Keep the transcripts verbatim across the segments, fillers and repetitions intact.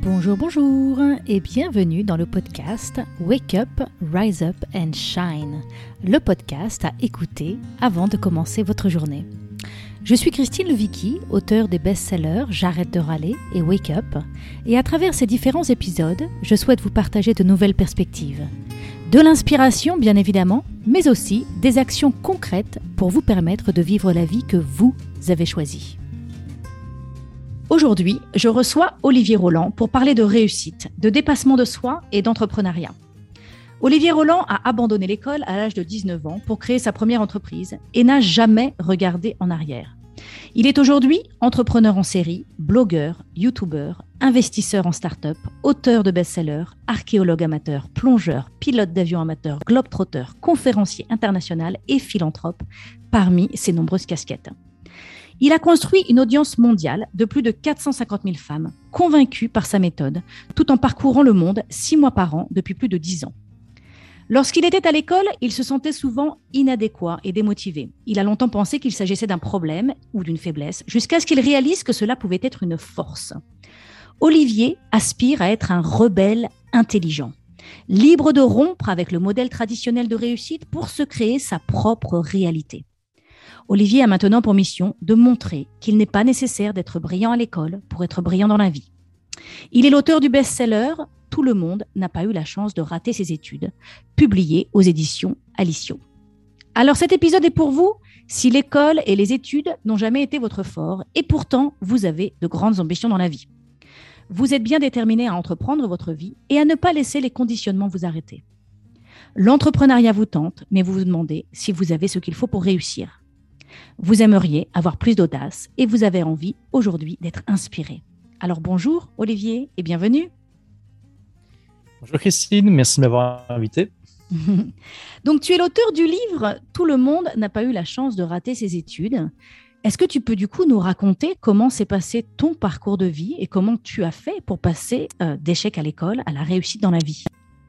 Bonjour, bonjour et bienvenue dans le podcast Wake Up, Rise Up and Shine, le podcast à écouter avant de commencer votre journée. Je suis Christine Levicki, auteure des best-sellers J'arrête de râler et Wake Up, et à travers ces différents épisodes, je souhaite vous partager de nouvelles perspectives. De l'inspiration bien évidemment, mais aussi des actions concrètes pour vous permettre de vivre la vie que vous avez choisie. Aujourd'hui, je reçois Olivier Roland pour parler de réussite, de dépassement de soi et d'entrepreneuriat. Olivier Roland a abandonné l'école à l'âge de dix-neuf ans pour créer sa première entreprise et n'a jamais regardé en arrière. Il est aujourd'hui entrepreneur en série, blogueur, youtubeur, investisseur en start-up, auteur de best-sellers, archéologue amateur, plongeur, pilote d'avion amateur, globe-trotter, conférencier international et philanthrope, parmi ses nombreuses casquettes. Il a construit une audience mondiale de plus de quatre cent cinquante mille femmes, convaincues par sa méthode, tout en parcourant le monde six mois par an depuis plus de dix ans. Lorsqu'il était à l'école, il se sentait souvent inadéquat et démotivé. Il a longtemps pensé qu'il s'agissait d'un problème ou d'une faiblesse, jusqu'à ce qu'il réalise que cela pouvait être une force. Olivier aspire à être un rebelle intelligent, libre de rompre avec le modèle traditionnel de réussite pour se créer sa propre réalité. Olivier a maintenant pour mission de montrer qu'il n'est pas nécessaire d'être brillant à l'école pour être brillant dans la vie. Il est l'auteur du best-seller « Tout le monde n'a pas eu la chance de rater ses études », publié aux éditions Alicio. Alors cet épisode est pour vous si l'école et les études n'ont jamais été votre fort et pourtant vous avez de grandes ambitions dans la vie. Vous êtes bien déterminé à entreprendre votre vie et à ne pas laisser les conditionnements vous arrêter. L'entrepreneuriat vous tente, mais vous vous demandez si vous avez ce qu'il faut pour réussir. Vous aimeriez avoir plus d'audace et vous avez envie aujourd'hui d'être inspiré. Alors bonjour Olivier et bienvenue. Bonjour Christine, merci de m'avoir invité. Donc tu es l'auteur du livre « Tout le monde n'a pas eu la chance de rater ses études ». Est-ce que tu peux du coup nous raconter comment s'est passé ton parcours de vie et comment tu as fait pour passer euh, d'échec à l'école à la réussite dans la vie ?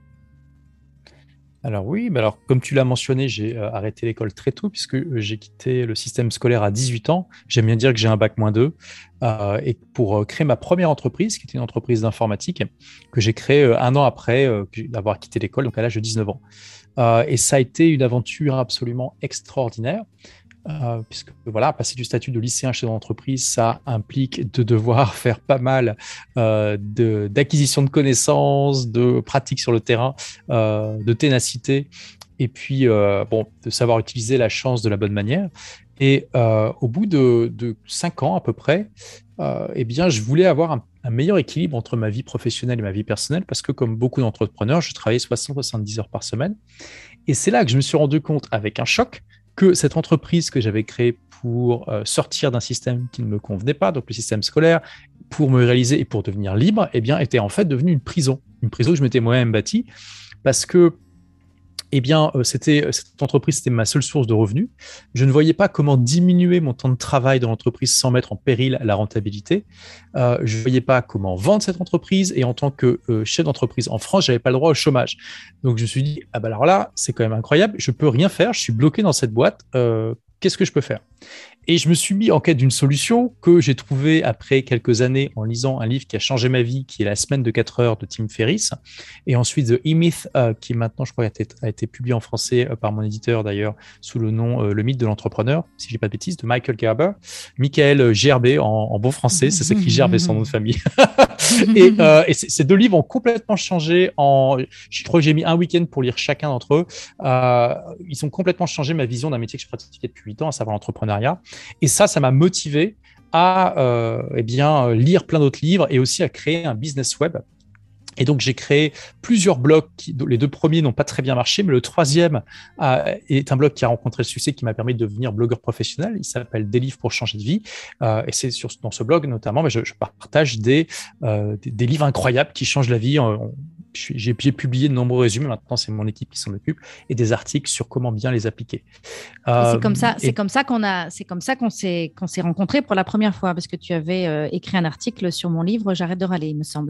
Alors oui, bah alors, comme tu l'as mentionné, j'ai euh, arrêté l'école très tôt puisque euh, j'ai quitté le système scolaire à dix-huit ans. J'aime bien dire que j'ai un bac moins deux euh, et pour euh, créer ma première entreprise, qui était une entreprise d'informatique, que j'ai créée euh, un an après euh, avoir quitté l'école, donc à l'âge de dix-neuf ans. Euh, et ça a été une aventure absolument extraordinaire. Euh, puisque voilà, passer du statut de lycéen chef d'entreprise, ça implique de devoir faire pas mal euh, de, d'acquisition de connaissances, de pratiques sur le terrain, euh, de ténacité, et puis euh, bon, de savoir utiliser la chance de la bonne manière. Et euh, au bout de, de cinq ans à peu près, euh, eh bien, je voulais avoir un, un meilleur équilibre entre ma vie professionnelle et ma vie personnelle, parce que comme beaucoup d'entrepreneurs, je travaillais soixante à soixante-dix heures par semaine. Et c'est là que je me suis rendu compte, avec un choc, que cette entreprise que j'avais créée pour euh, sortir d'un système qui ne me convenait pas, donc le système scolaire, pour me réaliser et pour devenir libre, eh bien, était en fait devenue une prison. Une prison que je m'étais moi-même bâtie parce que eh bien, euh, c'était, cette entreprise, c'était ma seule source de revenus. Je ne voyais pas comment diminuer mon temps de travail dans l'entreprise sans mettre en péril la rentabilité. Euh, je ne voyais pas comment vendre cette entreprise et en tant que euh, chef d'entreprise en France, je n'avais pas le droit au chômage. Donc, je me suis dit, ah ben alors là, c'est quand même incroyable, je ne peux rien faire, je suis bloqué dans cette boîte, euh, qu'est-ce que je peux faire ? Et je me suis mis en quête d'une solution que j'ai trouvée après quelques années en lisant un livre qui a changé ma vie, qui est La semaine de quatre heures de Tim Ferriss. Et ensuite, The E-Myth, euh, qui maintenant, je crois, a été, a été publié en français euh, par mon éditeur d'ailleurs, sous le nom euh, Le mythe de l'entrepreneur, si je dis pas de bêtises, de Michael Gerber. Michael Gerbet en, en bon français, ça s'écrit Gerbet, son nom de famille. et euh, et ces deux livres ont complètement changé en... Je crois que j'ai mis un week-end pour lire chacun d'entre eux. Euh, ils ont complètement changé ma vision d'un métier que je pratiquais depuis huit ans, à savoir l'entrepreneuriat. Et ça, ça m'a motivé à euh, eh bien, lire plein d'autres livres et aussi à créer un business web. Et donc, j'ai créé plusieurs blogs. Qui, les deux premiers n'ont pas très bien marché, mais le troisième euh, est un blog qui a rencontré le succès, qui m'a permis de devenir blogueur professionnel. Il s'appelle Des livres pour changer de vie. Euh, et c'est sur, dans ce blog, notamment, mais je, je partage des, euh, des, des livres incroyables qui changent la vie. On, J'ai, j'ai publié de nombreux résumés, maintenant c'est mon équipe qui s'en occupe, et des articles sur comment bien les appliquer. Euh, c'est comme ça, et... c'est comme ça qu'on a, c'est comme ça qu'on s'est, qu'on s'est rencontrés pour la première fois, parce que tu avais euh, écrit un article sur mon livre J'arrête de râler, il me semble.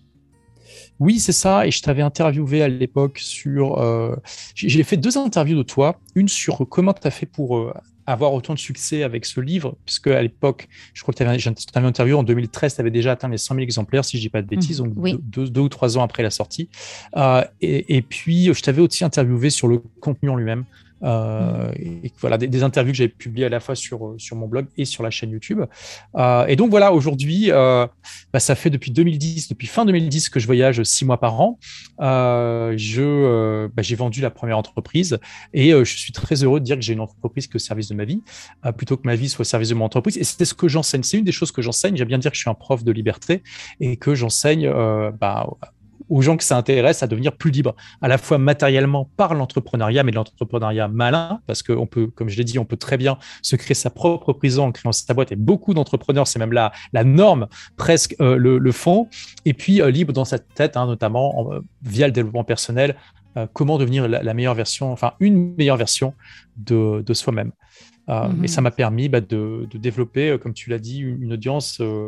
Oui, c'est ça. Et je t'avais interviewé à l'époque sur... Euh, j'ai fait deux interviews de toi. Une sur comment tu as fait pour euh, avoir autant de succès avec ce livre, puisque à l'époque, je crois que tu avais, avais interviewé en deux mille treize, tu avais déjà atteint les cent mille exemplaires, si je dis pas de bêtises, Mmh, donc oui. deux, deux, deux ou trois ans après la sortie. Euh, et, et puis, je t'avais aussi interviewé sur le contenu en lui-même. Euh, et voilà, des, des interviews que j'avais publiées à la fois sur, sur mon blog et sur la chaîne YouTube. Euh, et donc voilà, aujourd'hui, euh, bah, ça fait depuis deux mille dix, depuis fin deux mille dix que je voyage six mois par an. Euh, je, euh, bah, j'ai vendu la première entreprise et euh, je suis très heureux de dire que j'ai une entreprise qui est au service de ma vie, euh, plutôt que ma vie soit au service de mon entreprise. Et c'est ce que j'enseigne. C'est une des choses que j'enseigne. J'aime bien dire que je suis un prof de liberté et que j'enseigne euh, bah, aux gens que ça intéresse à devenir plus libres, à la fois matériellement par l'entrepreneuriat, mais de l'entrepreneuriat malin, parce qu'on peut, comme je l'ai dit, on peut très bien se créer sa propre prison en créant sa boîte, et beaucoup d'entrepreneurs, c'est même la, la norme, presque euh, le, le font, et puis euh, libre dans sa tête, hein, notamment en, euh, via le développement personnel, euh, comment devenir la, la meilleure version, enfin une meilleure version de, de soi-même. Euh, mmh. Et ça m'a permis bah, de, de développer, euh, comme tu l'as dit, une, une audience euh,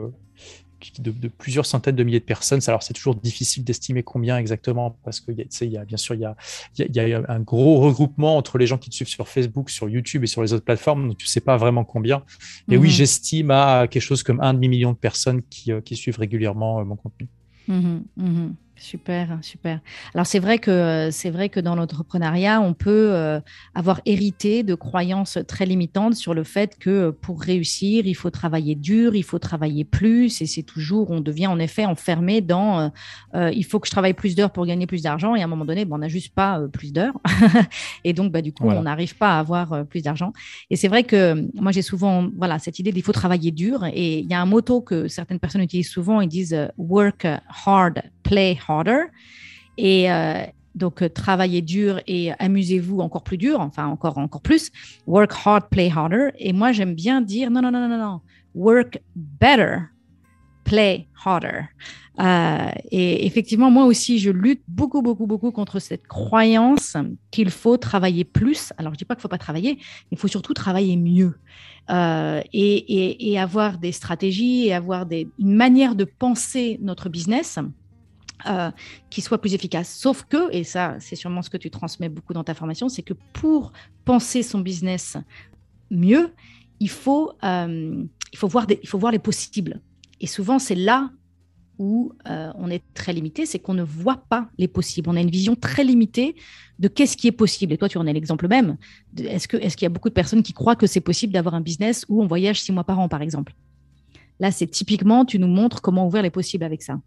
De, de plusieurs centaines de milliers de personnes. Alors, c'est toujours difficile d'estimer combien exactement, parce que, tu sais, il y a, bien sûr, il y a, il y a, il y a un gros regroupement entre les gens qui te suivent sur Facebook, sur YouTube et sur les autres plateformes, donc tu ne sais pas vraiment combien. Mais mmh. oui, j'estime à quelque chose comme un demi-million de personnes qui, euh, qui suivent régulièrement euh, mon contenu. Mmh, mmh. Super, super. Alors c'est vrai que c'est vrai que dans l'entrepreneuriat, on peut euh, avoir hérité de croyances très limitantes sur le fait que pour réussir, il faut travailler dur, il faut travailler plus, et c'est toujours, on devient en effet enfermé dans euh, il faut que je travaille plus d'heures pour gagner plus d'argent, et à un moment donné, ben, on n'a juste pas euh, plus d'heures, et donc bah, du coup, voilà. On n'arrive pas à avoir euh, plus d'argent. Et c'est vrai que moi j'ai souvent voilà cette idée qu'il faut travailler dur, et il y a un motto que certaines personnes utilisent souvent, ils disent euh, work hard, play harder. Et euh, donc, euh, travaillez dur et amusez-vous encore plus dur, enfin encore, encore plus. Work hard, play harder. Et moi, j'aime bien dire non, non, non, non, non. Work better, play harder. Euh, et effectivement, moi aussi, je lutte beaucoup, beaucoup, beaucoup contre cette croyance qu'il faut travailler plus. Alors, je ne dis pas qu'il ne faut pas travailler, mais il faut surtout travailler mieux. Euh, et, et, et avoir des stratégies et avoir des, une manière de penser notre business Euh, qui soit plus efficace. Sauf que, et ça, c'est sûrement ce que tu transmets beaucoup dans ta formation, c'est que pour penser son business mieux, il faut, euh, il faut, voir, des, il faut voir les possibles. Et souvent, c'est là où euh, on est très limité, c'est qu'on ne voit pas les possibles. On a une vision très limitée de qu'est-ce qui est possible. Et toi, tu en es l'exemple même. Est-ce que, est-ce qu'il y a beaucoup de personnes qui croient que c'est possible d'avoir un business où on voyage six mois par an, par exemple? Là, c'est typiquement, tu nous montres comment ouvrir les possibles avec ça.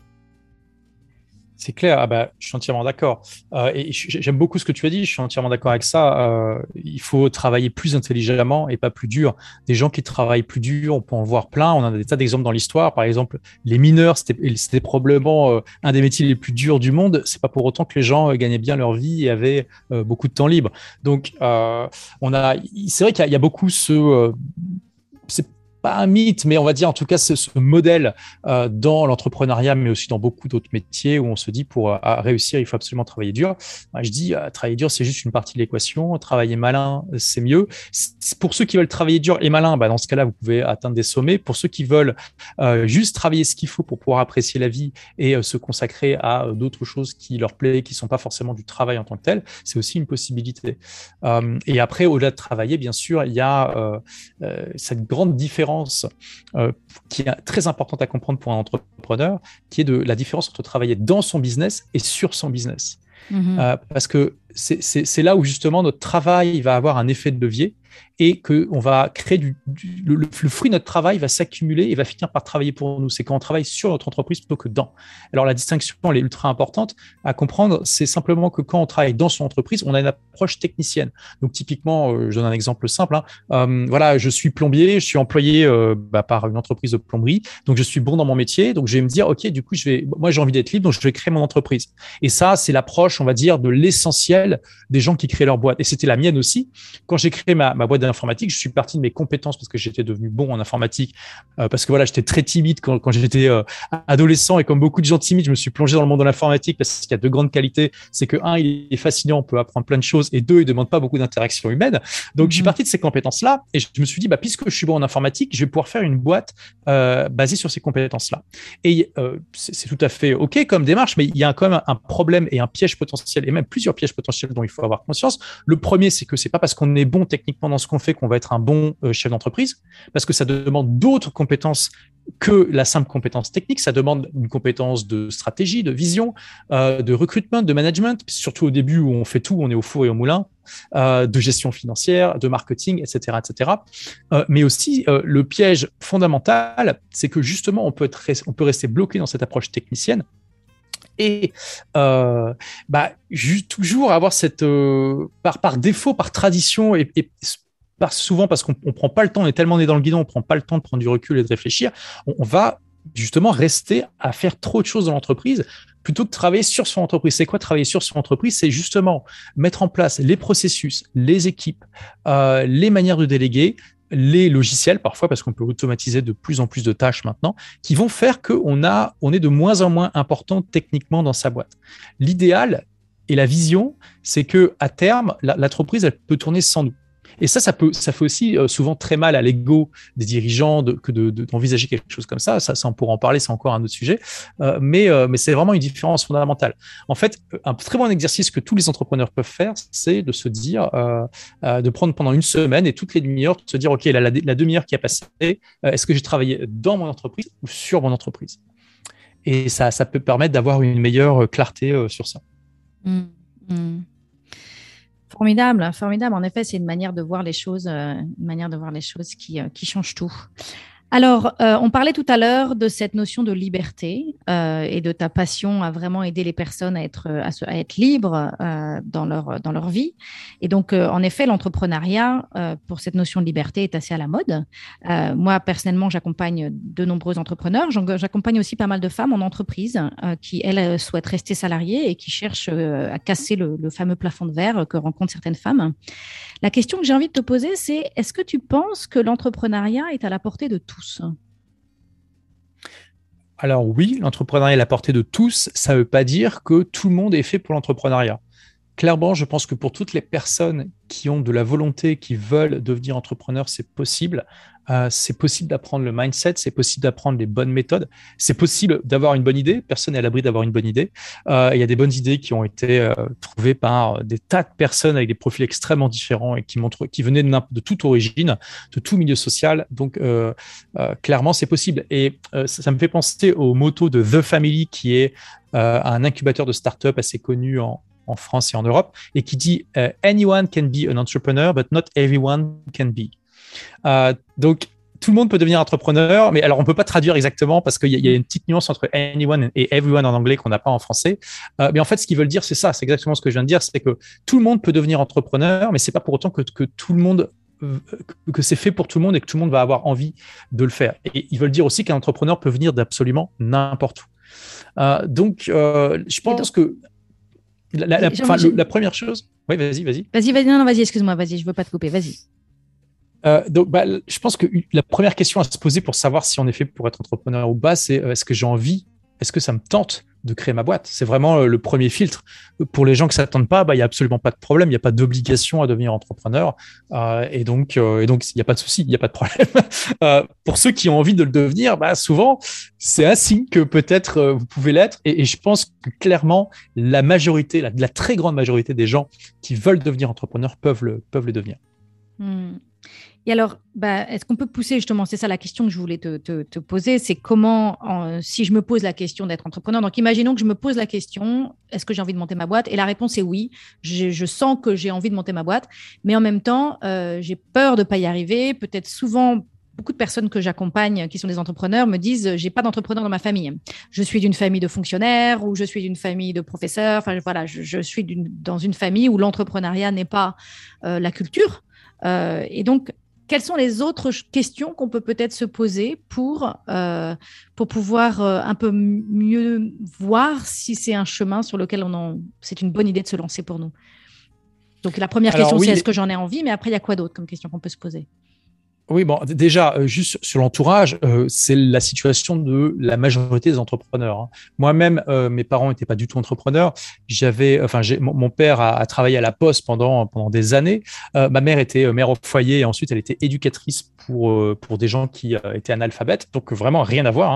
C'est clair, ah bah, je suis entièrement d'accord. Euh, et j'aime beaucoup ce que tu as dit, je suis entièrement d'accord avec ça. Euh, il faut travailler plus intelligemment et pas plus dur. Des gens qui travaillent plus dur, on peut en voir plein. On a des tas d'exemples dans l'histoire. Par exemple, les mineurs, c'était, c'était probablement euh, un des métiers les plus durs du monde. C'est pas pour autant que les gens euh, gagnaient bien leur vie et avaient euh, beaucoup de temps libre. Donc, euh, on a, c'est vrai qu'il y a, il y a beaucoup ce... Euh, c'est pas un mythe, mais on va dire en tout cas ce, ce modèle euh, dans l'entrepreneuriat, mais aussi dans beaucoup d'autres métiers où on se dit pour euh, réussir, il faut absolument travailler dur. Moi, je dis, euh, travailler dur, c'est juste une partie de l'équation. Travailler malin, c'est mieux. C'est pour ceux qui veulent travailler dur et malin, bah, dans ce cas-là, vous pouvez atteindre des sommets. Pour ceux qui veulent euh, juste travailler ce qu'il faut pour pouvoir apprécier la vie et euh, se consacrer à euh, d'autres choses qui leur plaisent, qui ne sont pas forcément du travail en tant que tel, c'est aussi une possibilité. Euh, et après, au-delà de travailler, bien sûr, il y a euh, euh, cette grande différence Euh, qui est très importante à comprendre pour un entrepreneur, qui est de la différence entre travailler dans son business et sur son business. Mmh. Euh, parce que c'est, c'est, c'est là où justement notre travail va avoir un effet de levier et qu'on va créer du, du le, le fruit de notre travail va s'accumuler et va finir par travailler pour nous. C'est quand on travaille sur notre entreprise plutôt que dans. Alors la distinction, elle est ultra importante à comprendre. C'est simplement que quand on travaille dans son entreprise, on a une approche technicienne. Donc typiquement, euh, je donne un exemple simple. Hein. Euh, voilà, je suis plombier, je suis employé euh, bah, par une entreprise de plomberie, donc je suis bon dans mon métier. Donc je vais me dire, ok, du coup, je vais, moi j'ai envie d'être libre, donc je vais créer mon entreprise. Et ça, c'est l'approche, on va dire, de l'essentiel des gens qui créent leur boîte. Et c'était la mienne aussi. Quand j'ai créé ma, ma boîte d'informatique, je suis parti de mes compétences parce que j'étais devenu bon en informatique, euh, parce que voilà, j'étais très timide quand, quand j'étais euh, adolescent, et comme beaucoup de gens timides, je me suis plongé dans le monde de l'informatique parce qu'il y a deux grandes qualités. C'est que un, il est fascinant, on peut apprendre plein de choses, et deux, il demande pas beaucoup d'interaction humaine. Donc, mm-hmm. je suis parti de ces compétences-là et je me suis dit, bah, puisque je suis bon en informatique, je vais pouvoir faire une boîte euh, basée sur ces compétences-là. Et euh, c'est, c'est tout à fait OK comme démarche, mais il y a quand même un problème et un piège potentiel, et même plusieurs pièges potentiels dont il faut avoir conscience. Le premier, c'est que c'est pas parce qu'on est bon techniquement dans ce qu'on fait qu'on va être un bon euh, chef d'entreprise, parce que ça demande d'autres compétences que la simple compétence technique. Ça demande une compétence de stratégie, de vision, euh, de recrutement, de management, surtout au début où on fait tout, on est au four et au moulin, euh, de gestion financière, de marketing, et cetera, et cetera. Euh, mais aussi, euh, le piège fondamental, c'est que justement, on peut, être, on peut rester bloqué dans cette approche technicienne et euh, bah, juste, toujours avoir cette, euh, par, par défaut, par tradition et, et par, souvent parce qu'on ne prend pas le temps, on est tellement né dans le guidon, on ne prend pas le temps de prendre du recul et de réfléchir, on, on va justement rester à faire trop de choses dans l'entreprise plutôt que de travailler sur son entreprise. C'est quoi travailler sur son entreprise? C'est justement mettre en place les processus, les équipes, euh, les manières de déléguer, les logiciels parfois, parce qu'on peut automatiser de plus en plus de tâches maintenant, qui vont faire qu'on a, on est de moins en moins important techniquement dans sa boîte. L'idéal et la vision, c'est que à terme, la, l'entreprise, elle peut tourner sans nous. Et ça, ça, peut, ça fait aussi euh, souvent très mal à l'ego des dirigeants de, que de, de, d'envisager quelque chose comme ça. Ça, ça, on pourra en parler, c'est encore un autre sujet. Euh, mais, euh, mais c'est vraiment une différence fondamentale. En fait, un très bon exercice que tous les entrepreneurs peuvent faire, c'est de se dire, euh, euh, de prendre pendant une semaine et toutes les demi-heures, de se dire, OK, la, la, la demi-heure qui a passé, euh, est-ce que j'ai travaillé dans mon entreprise ou sur mon entreprise? Et ça, ça peut permettre d'avoir une meilleure clarté euh, sur ça. Mmh, mmh. Formidable, formidable. En effet, c'est une manière de voir les choses, euh, une manière de voir les choses qui, euh, qui change tout. Alors, euh, on parlait tout à l'heure de cette notion de liberté euh, et de ta passion à vraiment aider les personnes à être, à, se, à être libres euh, dans, leur, dans leur vie. Et donc, euh, en effet, l'entrepreneuriat, euh, pour cette notion de liberté, est assez à la mode. Euh, moi, personnellement, j'accompagne de nombreux entrepreneurs. J'accompagne aussi pas mal de femmes en entreprise euh, qui, elles, souhaitent rester salariées et qui cherchent euh, à casser le, le fameux plafond de verre que rencontrent certaines femmes. La question que j'ai envie de te poser, c'est est-ce que tu penses que l'entrepreneuriat est à la portée de tous? Alors oui, l'entrepreneuriat est à la portée de tous. Ça ne veut pas dire que tout le monde est fait pour l'entrepreneuriat. Clairement, je pense que pour toutes les personnes qui ont de la volonté, qui veulent devenir entrepreneurs, c'est possible. Euh, c'est possible d'apprendre le mindset, c'est possible d'apprendre les bonnes méthodes, c'est possible d'avoir une bonne idée. Personne n'est à l'abri d'avoir une bonne idée. Euh, il y a des bonnes idées qui ont été euh, trouvées par des tas de personnes avec des profils extrêmement différents et qui, montrent, qui venaient de, de toute origine, de tout milieu social. Donc, euh, euh, clairement, c'est possible. Et euh, ça, ça me fait penser au motto de The Family, qui est euh, un incubateur de start-up assez connu en en France et en Europe, et qui dit uh, « Anyone can be an entrepreneur, but not everyone can be ». Euh, donc, tout le monde peut devenir entrepreneur, mais alors on ne peut pas traduire exactement parce qu'il y, y a une petite nuance entre « anyone » et « everyone » en anglais qu'on n'a pas en français. Euh, mais en fait, ce qu'ils veulent dire, c'est ça, c'est exactement ce que je viens de dire, c'est que tout le monde peut devenir entrepreneur, mais ce n'est pas pour autant que, que tout le monde que c'est fait pour tout le monde et que tout le monde va avoir envie de le faire. Et ils veulent dire aussi qu'un entrepreneur peut venir d'absolument n'importe où. Euh, donc, euh, je pense que La, la, la, le, la première chose. Oui, vas-y, vas-y. Vas-y, vas-y, non, non, vas-y, excuse-moi, vas-y, je ne veux pas te couper, vas-y. Euh, donc, bah, je pense que la première question à se poser pour savoir si on est fait pour être entrepreneur ou pas, c'est euh, est-ce que j'ai envie, est-ce que ça me tente de créer ma boîte? C'est vraiment euh, le premier filtre. Pour les gens que ça ne tente pas, bah, il n'y a absolument pas de problème, il n'y a pas d'obligation à devenir entrepreneur. Euh, et donc, euh, et donc, il n'y a pas de souci, il n'y a pas de problème. euh, pour ceux qui ont envie de le devenir, bah, souvent, c'est un signe que peut-être euh, vous pouvez l'être. Et, et je pense que clairement, la majorité, la, la très grande majorité des gens qui veulent devenir entrepreneurs peuvent le, peuvent le devenir. Hmm. Et alors, bah, est-ce qu'on peut pousser justement, c'est ça la question que je voulais te, te, te poser, c'est comment, en, si je me pose la question d'être entrepreneur, donc imaginons que je me pose la question, est-ce que j'ai envie de monter ma boîte? Et la réponse est oui, je, je sens que j'ai envie de monter ma boîte, mais en même temps, euh, j'ai peur de ne pas y arriver. Peut-être souvent, beaucoup de personnes que j'accompagne qui sont des entrepreneurs me disent, j'ai pas d'entrepreneur dans ma famille. Je suis d'une famille de fonctionnaires ou je suis d'une famille de professeurs. Enfin, voilà, je, je suis d'une, dans une famille où l'entrepreneuriat n'est pas euh, la culture. Euh, et donc, quelles sont les autres questions qu'on peut peut-être se poser pour, euh, pour pouvoir euh, un peu mieux voir si c'est un chemin sur lequel on en... c'est une bonne idée de se lancer pour nous? Donc, la première Alors, question, oui, c'est est-ce que j'en ai envie? Mais après, il y a quoi d'autre comme question qu'on peut se poser? Oui, bon, déjà, euh, juste sur l'entourage, euh, c'est la situation de la majorité des entrepreneurs. Hein. Moi-même, euh, mes parents n'étaient pas du tout entrepreneurs. J'avais, enfin, j'ai, mon, mon père a, a travaillé à la Poste pendant pendant des années. Euh, ma mère était mère au foyer et ensuite elle était éducatrice pour euh, pour des gens qui euh, étaient analphabètes. Donc vraiment rien à voir. Hein.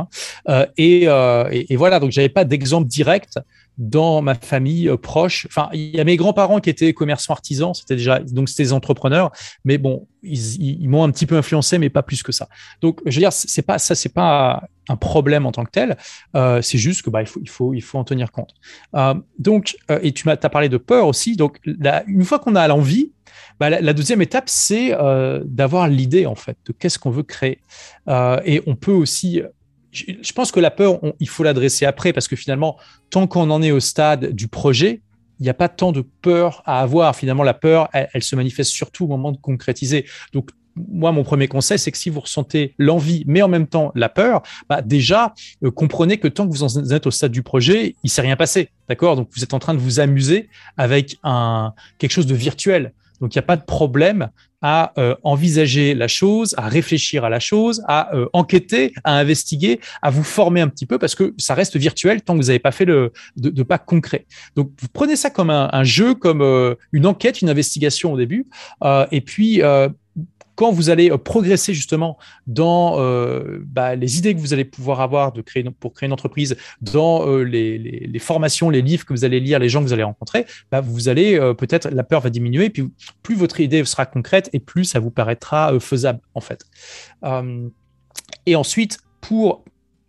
Euh, et, euh, et, et voilà, donc j'avais pas d'exemple direct dans ma famille euh, proche. Enfin, il y a mes grands-parents qui étaient commerçants artisans, c'était déjà donc c'était des entrepreneurs, mais bon, ils, ils, ils m'ont un petit peu influencé, mais pas plus que ça. Donc, je veux dire, c'est pas ça, c'est pas un problème en tant que tel. Euh, c'est juste que bah il faut il faut il faut en tenir compte. Euh, donc, euh, et tu m'as t'as parlé de peur aussi. Donc, la, une fois qu'on a l'envie, bah, la, la deuxième étape, c'est euh, d'avoir l'idée en fait de qu'est-ce qu'on veut créer. Euh, et on peut aussi je pense que la peur, on, il faut l'adresser après parce que finalement, tant qu'on en est au stade du projet, il n'y a pas tant de peur à avoir. Finalement, la peur, elle, elle se manifeste surtout au moment de concrétiser. Donc, moi, mon premier conseil, c'est que si vous ressentez l'envie, mais en même temps la peur, bah déjà, euh, comprenez que tant que vous en êtes au stade du projet, il ne s'est rien passé. D'accord ? Donc, vous êtes en train de vous amuser avec un, quelque chose de virtuel. Donc, il n'y a pas de problème à euh, envisager la chose, à réfléchir à la chose, à euh, enquêter, à investiguer, à vous former un petit peu parce que ça reste virtuel tant que vous n'avez pas fait le, de, de pas concret. Donc, vous prenez ça comme un, un jeu, comme euh, une enquête, une investigation au début. Euh, et puis, euh, quand vous allez progresser justement dans euh, bah, les idées que vous allez pouvoir avoir de créer, pour créer une entreprise, dans euh, les, les, les formations, les livres que vous allez lire, les gens que vous allez rencontrer, bah, vous allez euh, peut-être, la peur va diminuer, puis plus votre idée sera concrète et plus ça vous paraîtra euh, faisable en fait. Euh, et ensuite, pour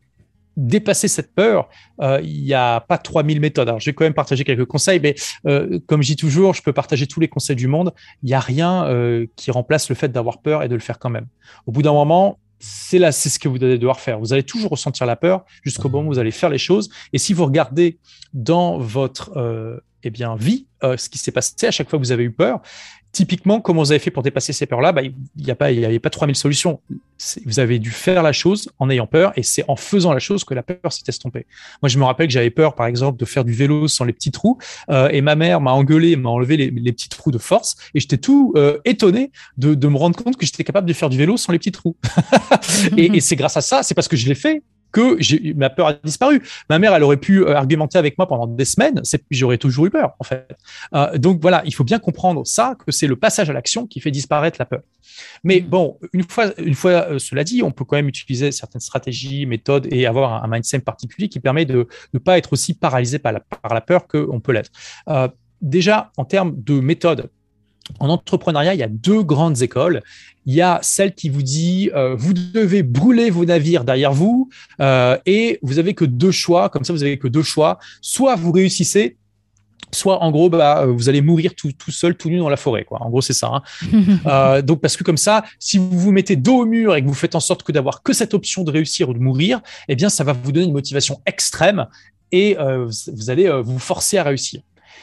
dépasser cette peur, euh, il n'y a pas trois mille méthodes. Alors, je vais quand même partager quelques conseils, mais euh, comme je dis toujours, je peux partager tous les conseils du monde. Il n'y a rien euh, qui remplace le fait d'avoir peur et de le faire quand même. Au bout d'un moment, c'est là, c'est ce que vous allez devoir faire. Vous allez toujours ressentir la peur jusqu'au moment où vous allez faire les choses. Et si vous regardez dans votre euh, eh bien, vie, euh, ce qui s'est passé à chaque fois que vous avez eu peur, typiquement, comment vous avez fait pour dépasser ces peurs-là, bah, il n'y a pas, il y avait pas trois mille solutions. C'est, vous avez dû faire la chose en ayant peur et c'est en faisant la chose que la peur s'est estompée. Moi, je me rappelle que j'avais peur, par exemple, de faire du vélo sans les petits trous euh, et ma mère m'a engueulé, m'a enlevé les, les petits trous de force et j'étais tout euh, étonné de, de me rendre compte que j'étais capable de faire du vélo sans les petits trous. et, et c'est grâce à ça, c'est parce que je l'ai fait que j'ai, ma peur a disparu. Ma mère, elle aurait pu argumenter avec moi pendant des semaines, c'est, j'aurais toujours eu peur, en fait. Euh, donc voilà, il faut bien comprendre ça, que c'est le passage à l'action qui fait disparaître la peur. Mais bon, une fois, une fois euh, cela dit, on peut quand même utiliser certaines stratégies, méthodes et avoir un, un mindset particulier qui permet de ne pas être aussi paralysé par la, par la peur qu'on peut l'être. Euh, déjà, en termes de méthode, en entrepreneuriat, il y a deux grandes écoles. Il y a celle qui vous dit euh, vous devez brûler vos navires derrière vous euh, et vous avez que deux choix. Comme ça, vous avez que deux choix. Soit vous réussissez, soit en gros, bah, vous allez mourir tout, tout seul, tout nu dans la forêt, quoi. En gros, c'est ça. Hein. euh, donc, parce que comme ça, si vous vous mettez dos au mur et que vous faites en sorte que d'avoir que cette option de réussir ou de mourir, eh bien, ça va vous donner une motivation extrême et euh, vous allez euh, vous forcer à réussir.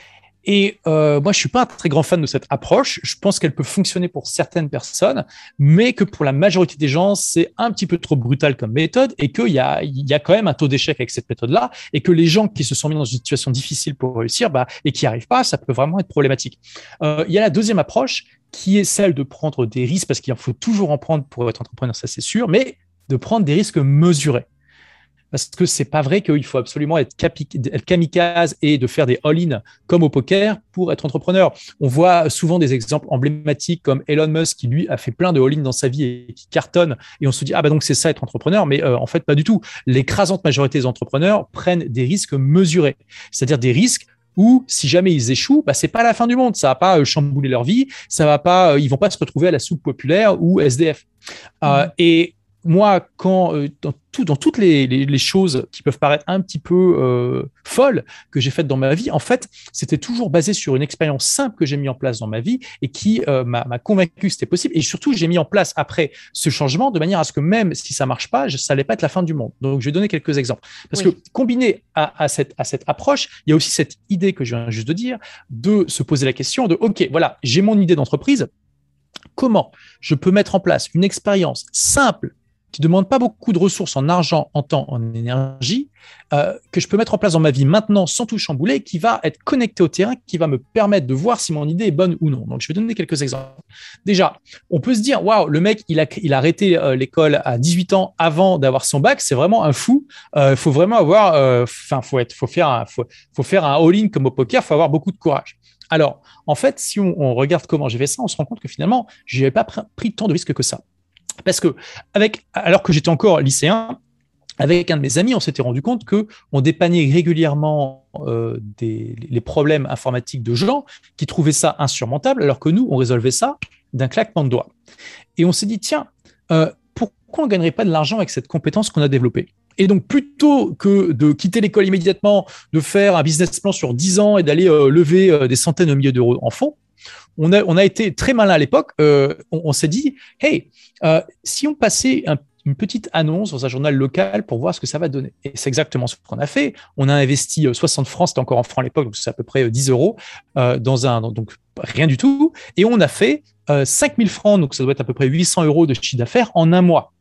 Et euh, moi, je suis pas un très grand fan de cette approche. Je pense qu'elle peut fonctionner pour certaines personnes, mais que pour la majorité des gens, c'est un petit peu trop brutal comme méthode et qu'il y a, il y a quand même un taux d'échec avec cette méthode-là et que les gens qui se sont mis dans une situation difficile pour réussir bah, et qui n'y arrivent pas, ça peut vraiment être problématique. Euh, il y a la deuxième approche qui est celle de prendre des risques parce qu'il en faut toujours en prendre pour être entrepreneur, ça c'est sûr, mais de prendre des risques mesurés. Parce que c'est pas vrai qu'il faut absolument être, capi- être kamikaze et de faire des all-in comme au poker pour être entrepreneur. On voit souvent des exemples emblématiques comme Elon Musk qui lui a fait plein de all-in dans sa vie et qui cartonne et on se dit ah bah donc c'est ça être entrepreneur, mais euh, en fait pas du tout. L'écrasante majorité des entrepreneurs prennent des risques mesurés, c'est-à-dire des risques où si jamais ils échouent, bah c'est pas la fin du monde, ça va pas euh, chambouler leur vie, ça va pas, euh, ils vont pas se retrouver à la soupe populaire ou S D F. Mmh. Euh, et moi, quand euh, dans, tout, dans toutes les, les, les choses qui peuvent paraître un petit peu euh, folles que j'ai faites dans ma vie, en fait, c'était toujours basé sur une expérience simple que j'ai mis en place dans ma vie et qui euh, m'a, m'a convaincu que c'était possible. Et surtout, j'ai mis en place après ce changement de manière à ce que même si ça marche pas, ça allait pas être la fin du monde. Donc, je vais donner quelques exemples. Parce oui. que combiné à, à, cette, à cette approche, il y a aussi cette idée que je viens juste de dire, de se poser la question de, OK, voilà, j'ai mon idée d'entreprise. Comment je peux mettre en place une expérience simple qui ne demande pas beaucoup de ressources en argent, en temps, en énergie, euh, que je peux mettre en place dans ma vie maintenant sans tout chambouler, qui va être connecté au terrain, qui va me permettre de voir si mon idée est bonne ou non. Donc, je vais donner quelques exemples. Déjà, on peut se dire, waouh, le mec, il a, il a arrêté euh, l'école à dix-huit ans avant d'avoir son bac, c'est vraiment un fou. Il euh, faut vraiment avoir, enfin, euh, faut être, faut faire un, faut, faut faire un all-in comme au poker, il faut avoir beaucoup de courage. Alors, en fait, si on, on regarde comment j'ai fait ça, on se rend compte que finalement, je n'avais pas pr- pris tant de risques que ça. Parce que, avec, alors que j'étais encore lycéen, avec un de mes amis, on s'était rendu compte qu'on dépannait régulièrement euh, des, les problèmes informatiques de gens qui trouvaient ça insurmontable, alors que nous, on résolvait ça d'un claquement de doigts. Et on s'est dit, tiens, euh, pourquoi on ne gagnerait pas de l'argent avec cette compétence qu'on a développée ? Et donc, plutôt que de quitter l'école immédiatement, de faire un business plan sur dix ans et d'aller euh, lever euh, des centaines de milliers d'euros en fonds, on a, on a été très malin à l'époque. Euh, on, on s'est dit, hey, euh, si on passait un une petite annonce dans un journal local pour voir ce que ça va donner. Et c'est exactement ce qu'on a fait. On a investi soixante francs, c'était encore en francs à l'époque, donc c'est à peu près dix euros, euh, dans un, donc rien du tout. Et on a fait euh, cinq mille francs, donc ça doit être à peu près huit cents euros de chiffre d'affaires en un mois.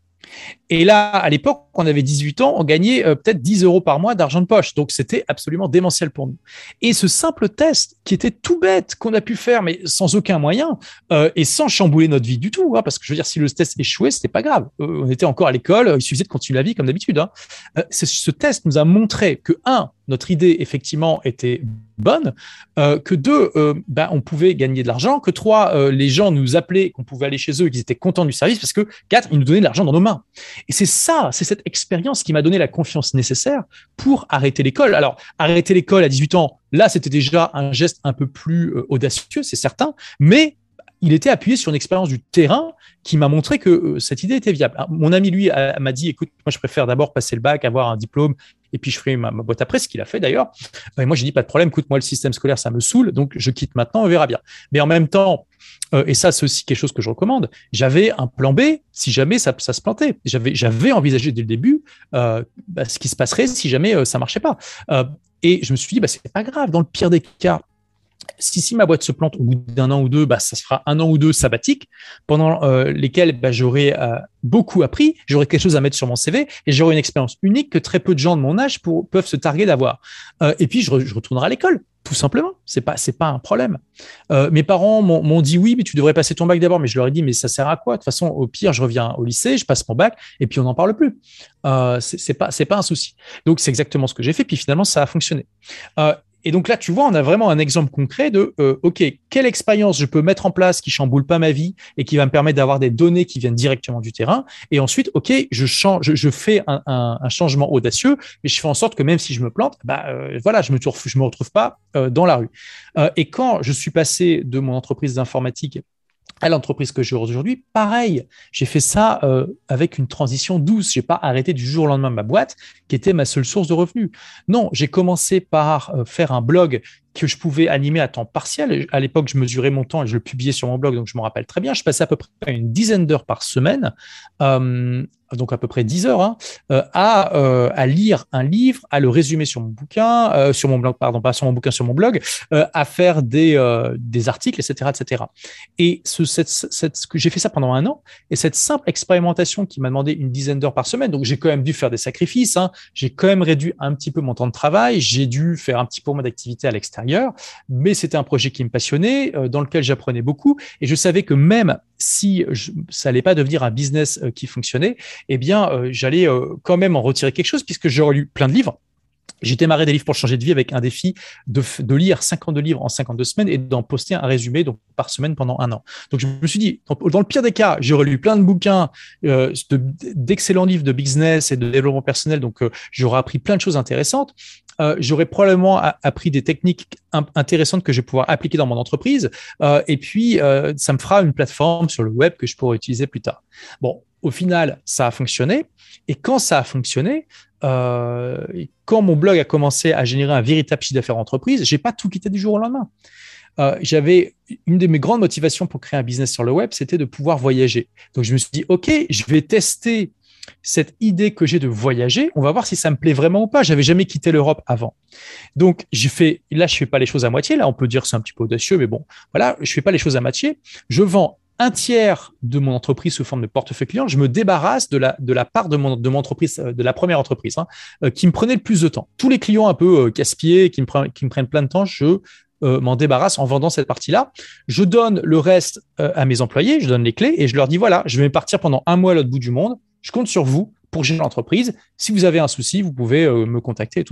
Et là, à l'époque, on avait dix-huit ans, on gagnait euh, peut-être dix euros par mois d'argent de poche. Donc, c'était absolument démentiel pour nous. Et ce simple test, qui était tout bête, qu'on a pu faire, mais sans aucun moyen, euh, et sans chambouler notre vie du tout, hein, parce que je veux dire, si le test échouait, c'était pas grave. Euh, on était encore à l'école, il suffisait de continuer la vie comme d'habitude. Hein. Euh, ce test nous a montré que, un, notre idée, effectivement, était bonne, euh, que deux, euh, ben, on pouvait gagner de l'argent, que trois, euh, les gens nous appelaient, qu'on pouvait aller chez eux et qu'ils étaient contents du service, parce que quatre, ils nous donnaient de l'argent dans nos mains. Et c'est ça, c'est cette expérience qui m'a donné la confiance nécessaire pour arrêter l'école. Alors, arrêter l'école à dix-huit ans, là, c'était déjà un geste un peu plus euh, audacieux, c'est certain, mais il était appuyé sur une expérience du terrain qui m'a montré que euh, cette idée était viable. Mon ami, lui, a, m'a dit, écoute, moi, je préfère d'abord passer le bac, avoir un diplôme, et puis je ferai ma, ma boîte après, ce qu'il a fait d'ailleurs. Et moi, j'ai dit, pas de problème, écoute, moi, le système scolaire, ça me saoule, donc je quitte maintenant, on verra bien. Mais en même temps, euh, et ça, c'est aussi quelque chose que je recommande, j'avais un plan B si jamais ça, ça se plantait. J'avais, j'avais envisagé dès le début euh, bah, ce qui se passerait si jamais euh, ça marchait pas. Euh, et je me suis dit, bah, c'est pas grave, dans le pire des cas, Si, si ma boîte se plante au bout d'un an ou deux, bah, ça se fera un an ou deux sabbatique pendant euh, lesquels bah, j'aurai euh, beaucoup appris, j'aurai quelque chose à mettre sur mon C V et j'aurai une expérience unique que très peu de gens de mon âge pour, peuvent se targuer d'avoir. Euh, et puis, je, re, je retournerai à l'école, tout simplement. C'est pas, c'est pas un problème. Euh, mes parents m'ont, m'ont dit oui, mais tu devrais passer ton bac d'abord. Mais je leur ai dit, mais ça sert à quoi? De toute façon, au pire, je reviens au lycée, je passe mon bac et puis on n'en parle plus. Euh, c'est, c'est pas, c'est pas un souci. Donc, c'est exactement ce que j'ai fait. Puis finalement, ça a fonctionné. Euh, Et donc là, tu vois, on a vraiment un exemple concret de, euh, OK, quelle expérience je peux mettre en place qui chamboule pas ma vie et qui va me permettre d'avoir des données qui viennent directement du terrain. Et ensuite, OK, je change, je, je fais un, un, un changement audacieux, mais je fais en sorte que même si je me plante, bah euh, voilà, je me je me retrouve pas euh, dans la rue. Euh, et quand je suis passé de mon entreprise d'informatique à l'entreprise que j'ai aujourd'hui, pareil, j'ai fait ça euh, avec une transition douce. J'ai pas arrêté du jour au lendemain ma boîte, qui était ma seule source de revenus. Non, j'ai commencé par euh, faire un blog que je pouvais animer à temps partiel. À l'époque, je mesurais mon temps et je le publiais sur mon blog, donc je me rappelle très bien. Je passais à peu près une dizaine d'heures par semaine, euh, donc à peu près dix heures, hein, euh, à, euh, à lire un livre, à le résumer sur mon bouquin, euh, sur mon blog, pardon, pas sur mon bouquin, sur mon blog, euh, à faire des, euh, des articles, et cetera, et cetera. Et ce, cette, cette, ce que j'ai fait ça pendant un an, et cette simple expérimentation qui m'a demandé une dizaine d'heures par semaine, donc j'ai quand même dû faire des sacrifices, hein, j'ai quand même réduit un petit peu mon temps de travail, j'ai dû faire un petit peu moins d'activité à l'extérieur, mais c'était un projet qui me passionnait, euh, dans lequel j'apprenais beaucoup, et je savais que même si je, ça allait pas devenir un business euh, qui fonctionnait, eh bien, euh, j'allais euh, quand même en retirer quelque chose puisque j'aurais lu plein de livres. J'ai démarré des livres pour changer de vie avec un défi de, de lire cinquante-deux livres en cinquante-deux semaines et d'en poster un résumé donc, par semaine pendant un an. Donc, je me suis dit, dans le pire des cas, j'aurais lu plein de bouquins, euh, de, d'excellents livres de business et de développement personnel. Donc, euh, j'aurais appris plein de choses intéressantes. Euh, j'aurais probablement a, appris des techniques intéressantes que je vais pouvoir appliquer dans mon entreprise. Euh, et puis, euh, ça me fera une plateforme sur le web que je pourrai utiliser plus tard. Bon, au final, ça a fonctionné. Et quand ça a fonctionné, euh, quand mon blog a commencé à générer un véritable chiffre d'affaires entreprise, j'ai pas tout quitté du jour au lendemain. Euh, j'avais une de mes grandes motivations pour créer un business sur le web, c'était de pouvoir voyager. Donc, je me suis dit, OK, je vais tester cette idée que j'ai de voyager. On va voir si ça me plaît vraiment ou pas. J'avais jamais quitté l'Europe avant. Donc, j'ai fait, là, je fais pas les choses à moitié. Là, on peut dire que c'est un petit peu audacieux, mais bon, voilà, je fais pas les choses à moitié. Je vends un tiers de mon entreprise sous forme de portefeuille client, je me débarrasse de la, de la part de mon, de mon entreprise, de la première entreprise, hein, euh, qui me prenait le plus de temps. Tous les clients un peu euh, casse-pieds, qui me, pre- qui me prennent plein de temps, je euh, m'en débarrasse en vendant cette partie-là. Je donne le reste euh, à mes employés, je donne les clés et je leur dis, voilà, je vais partir pendant un mois à l'autre bout du monde. Je compte sur vous pour gérer l'entreprise. Si vous avez un souci, vous pouvez euh, me contacter et tout ça.